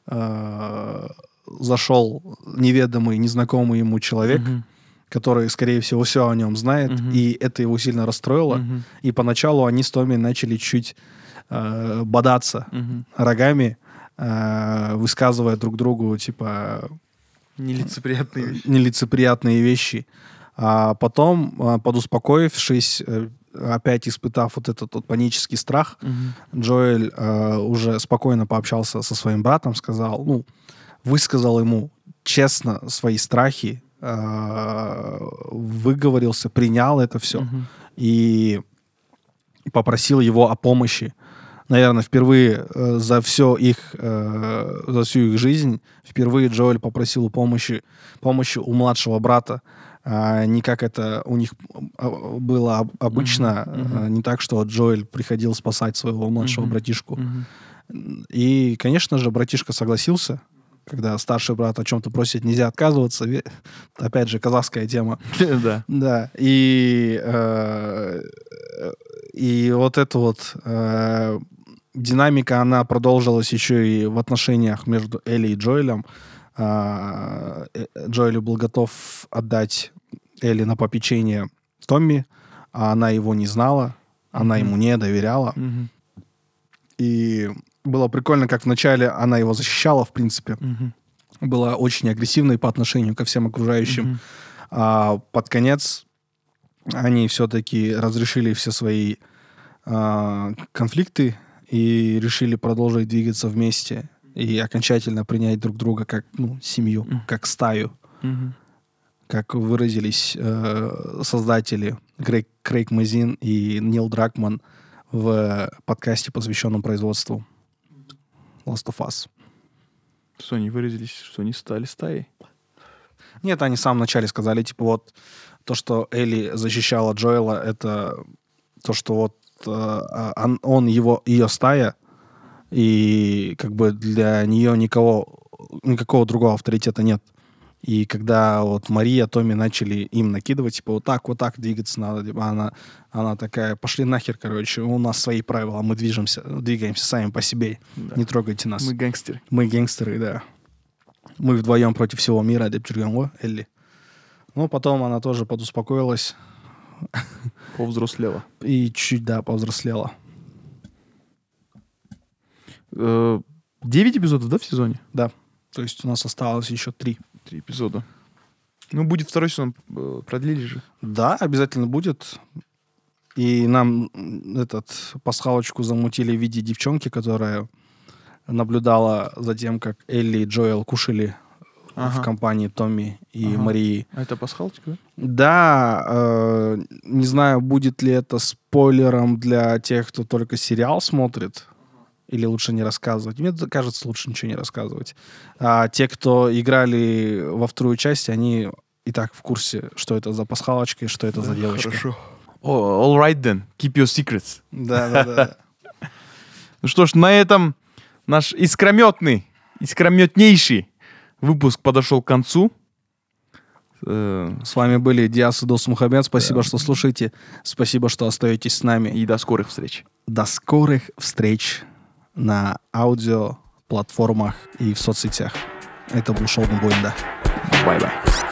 э, зашел неведомый, незнакомый ему человек, Мгм. который, скорее всего, все о нем знает, Мгм. и это его сильно расстроило. Мгм. И поначалу они с Томми начали чуть э, бодаться Мгм. рогами, э, высказывая друг другу, типа, Нелицеприятные вещи. нелицеприятные вещи. А потом, э, подуспокоившись, э, опять испытав вот этот вот панический страх, Мгм. Джоэль э, уже спокойно пообщался со своим братом, сказал, ну, высказал ему честно свои страхи, э, выговорился, принял это все Мгм. и попросил его о помощи. Наверное, впервые э, за все их, э, за всю их жизнь, впервые Джоэль попросил помощи, помощи у младшего брата. А не как это у них а, было об- обычно, Мгм. Мгм. э, не так, что Джоэль приходил спасать своего младшего Мгм. братишку. Мгм. И, конечно же, братишка согласился. Когда старший брат о чем-то просит, нельзя отказываться. Ве- Опять же, казахская тема. Да. Да, и, э, и вот эта вот э, динамика, она продолжилась еще и в отношениях между Элли и Джоэлем. А, э, Джоэль был готов отдать Элли на попечение Томми, а она его не знала, она Мгм. ему не доверяла. Мгм. И было прикольно, как вначале она его защищала, в принципе. Мгм. Была очень агрессивной по отношению ко всем окружающим. Мгм. А под конец они все-таки разрешили все свои а, конфликты и решили продолжить двигаться вместе и окончательно принять друг друга как, ну, семью, Мгм. как стаю, Мгм. как выразились э, создатели Грейг, Крейг Мазин и Нил Дракман в подкасте, посвященном производству Last of Us. Что они выразились, что они стали стаей? Нет, они в самом начале сказали, типа, вот то, что Элли защищала Джоэла, это то, что вот э, а, он, он его, ее стая, и как бы для нее никого, никакого другого авторитета нет. И когда вот Мария, Томми начали им накидывать, типа, вот так, вот так двигаться надо, типа, она, она такая, пошли нахер, короче, у нас свои правила, мы движемся, двигаемся сами по себе, Да. не трогайте нас. Мы Мы, гангстеры. гангстеры, да. Мы вдвоем против всего мира, деп жүрген, Элли. Ну, потом она тоже подуспокоилась Повзрослела. и чуть, да, повзрослела. Э, Девять эпизодов, да, в сезоне? Да. То есть у нас осталось еще три. Три эпизода. Ну, будет второй сезон. э, Продлили же. Да, обязательно будет. И нам м, этот пасхалочку замутили в виде девчонки, которая наблюдала за тем, как Элли и Джоэл кушали в Ага. компании Томми и Ага. Марии. А это пасхалочка, да? Да, э, не знаю, будет ли это спойлером для тех, кто только сериал смотрит, или лучше не рассказывать. Мне кажется, лучше ничего не рассказывать. А те, кто играли во вторую часть, они и так в курсе, что это за пасхалочка и что это за Да, девочка. Хорошо. О, all right then. Keep your secrets. Да, да, да. Ну что ж, на этом наш искрометный, искрометнейший выпуск подошел к концу. Э, С вами были Диас и Дос Мухаммед. Спасибо, что слушаете. Спасибо, что остаетесь с нами. И до скорых встреч. До скорых встреч на аудио, платформах и в соцсетях. Это был Шоу Буэнда. Бай-бай.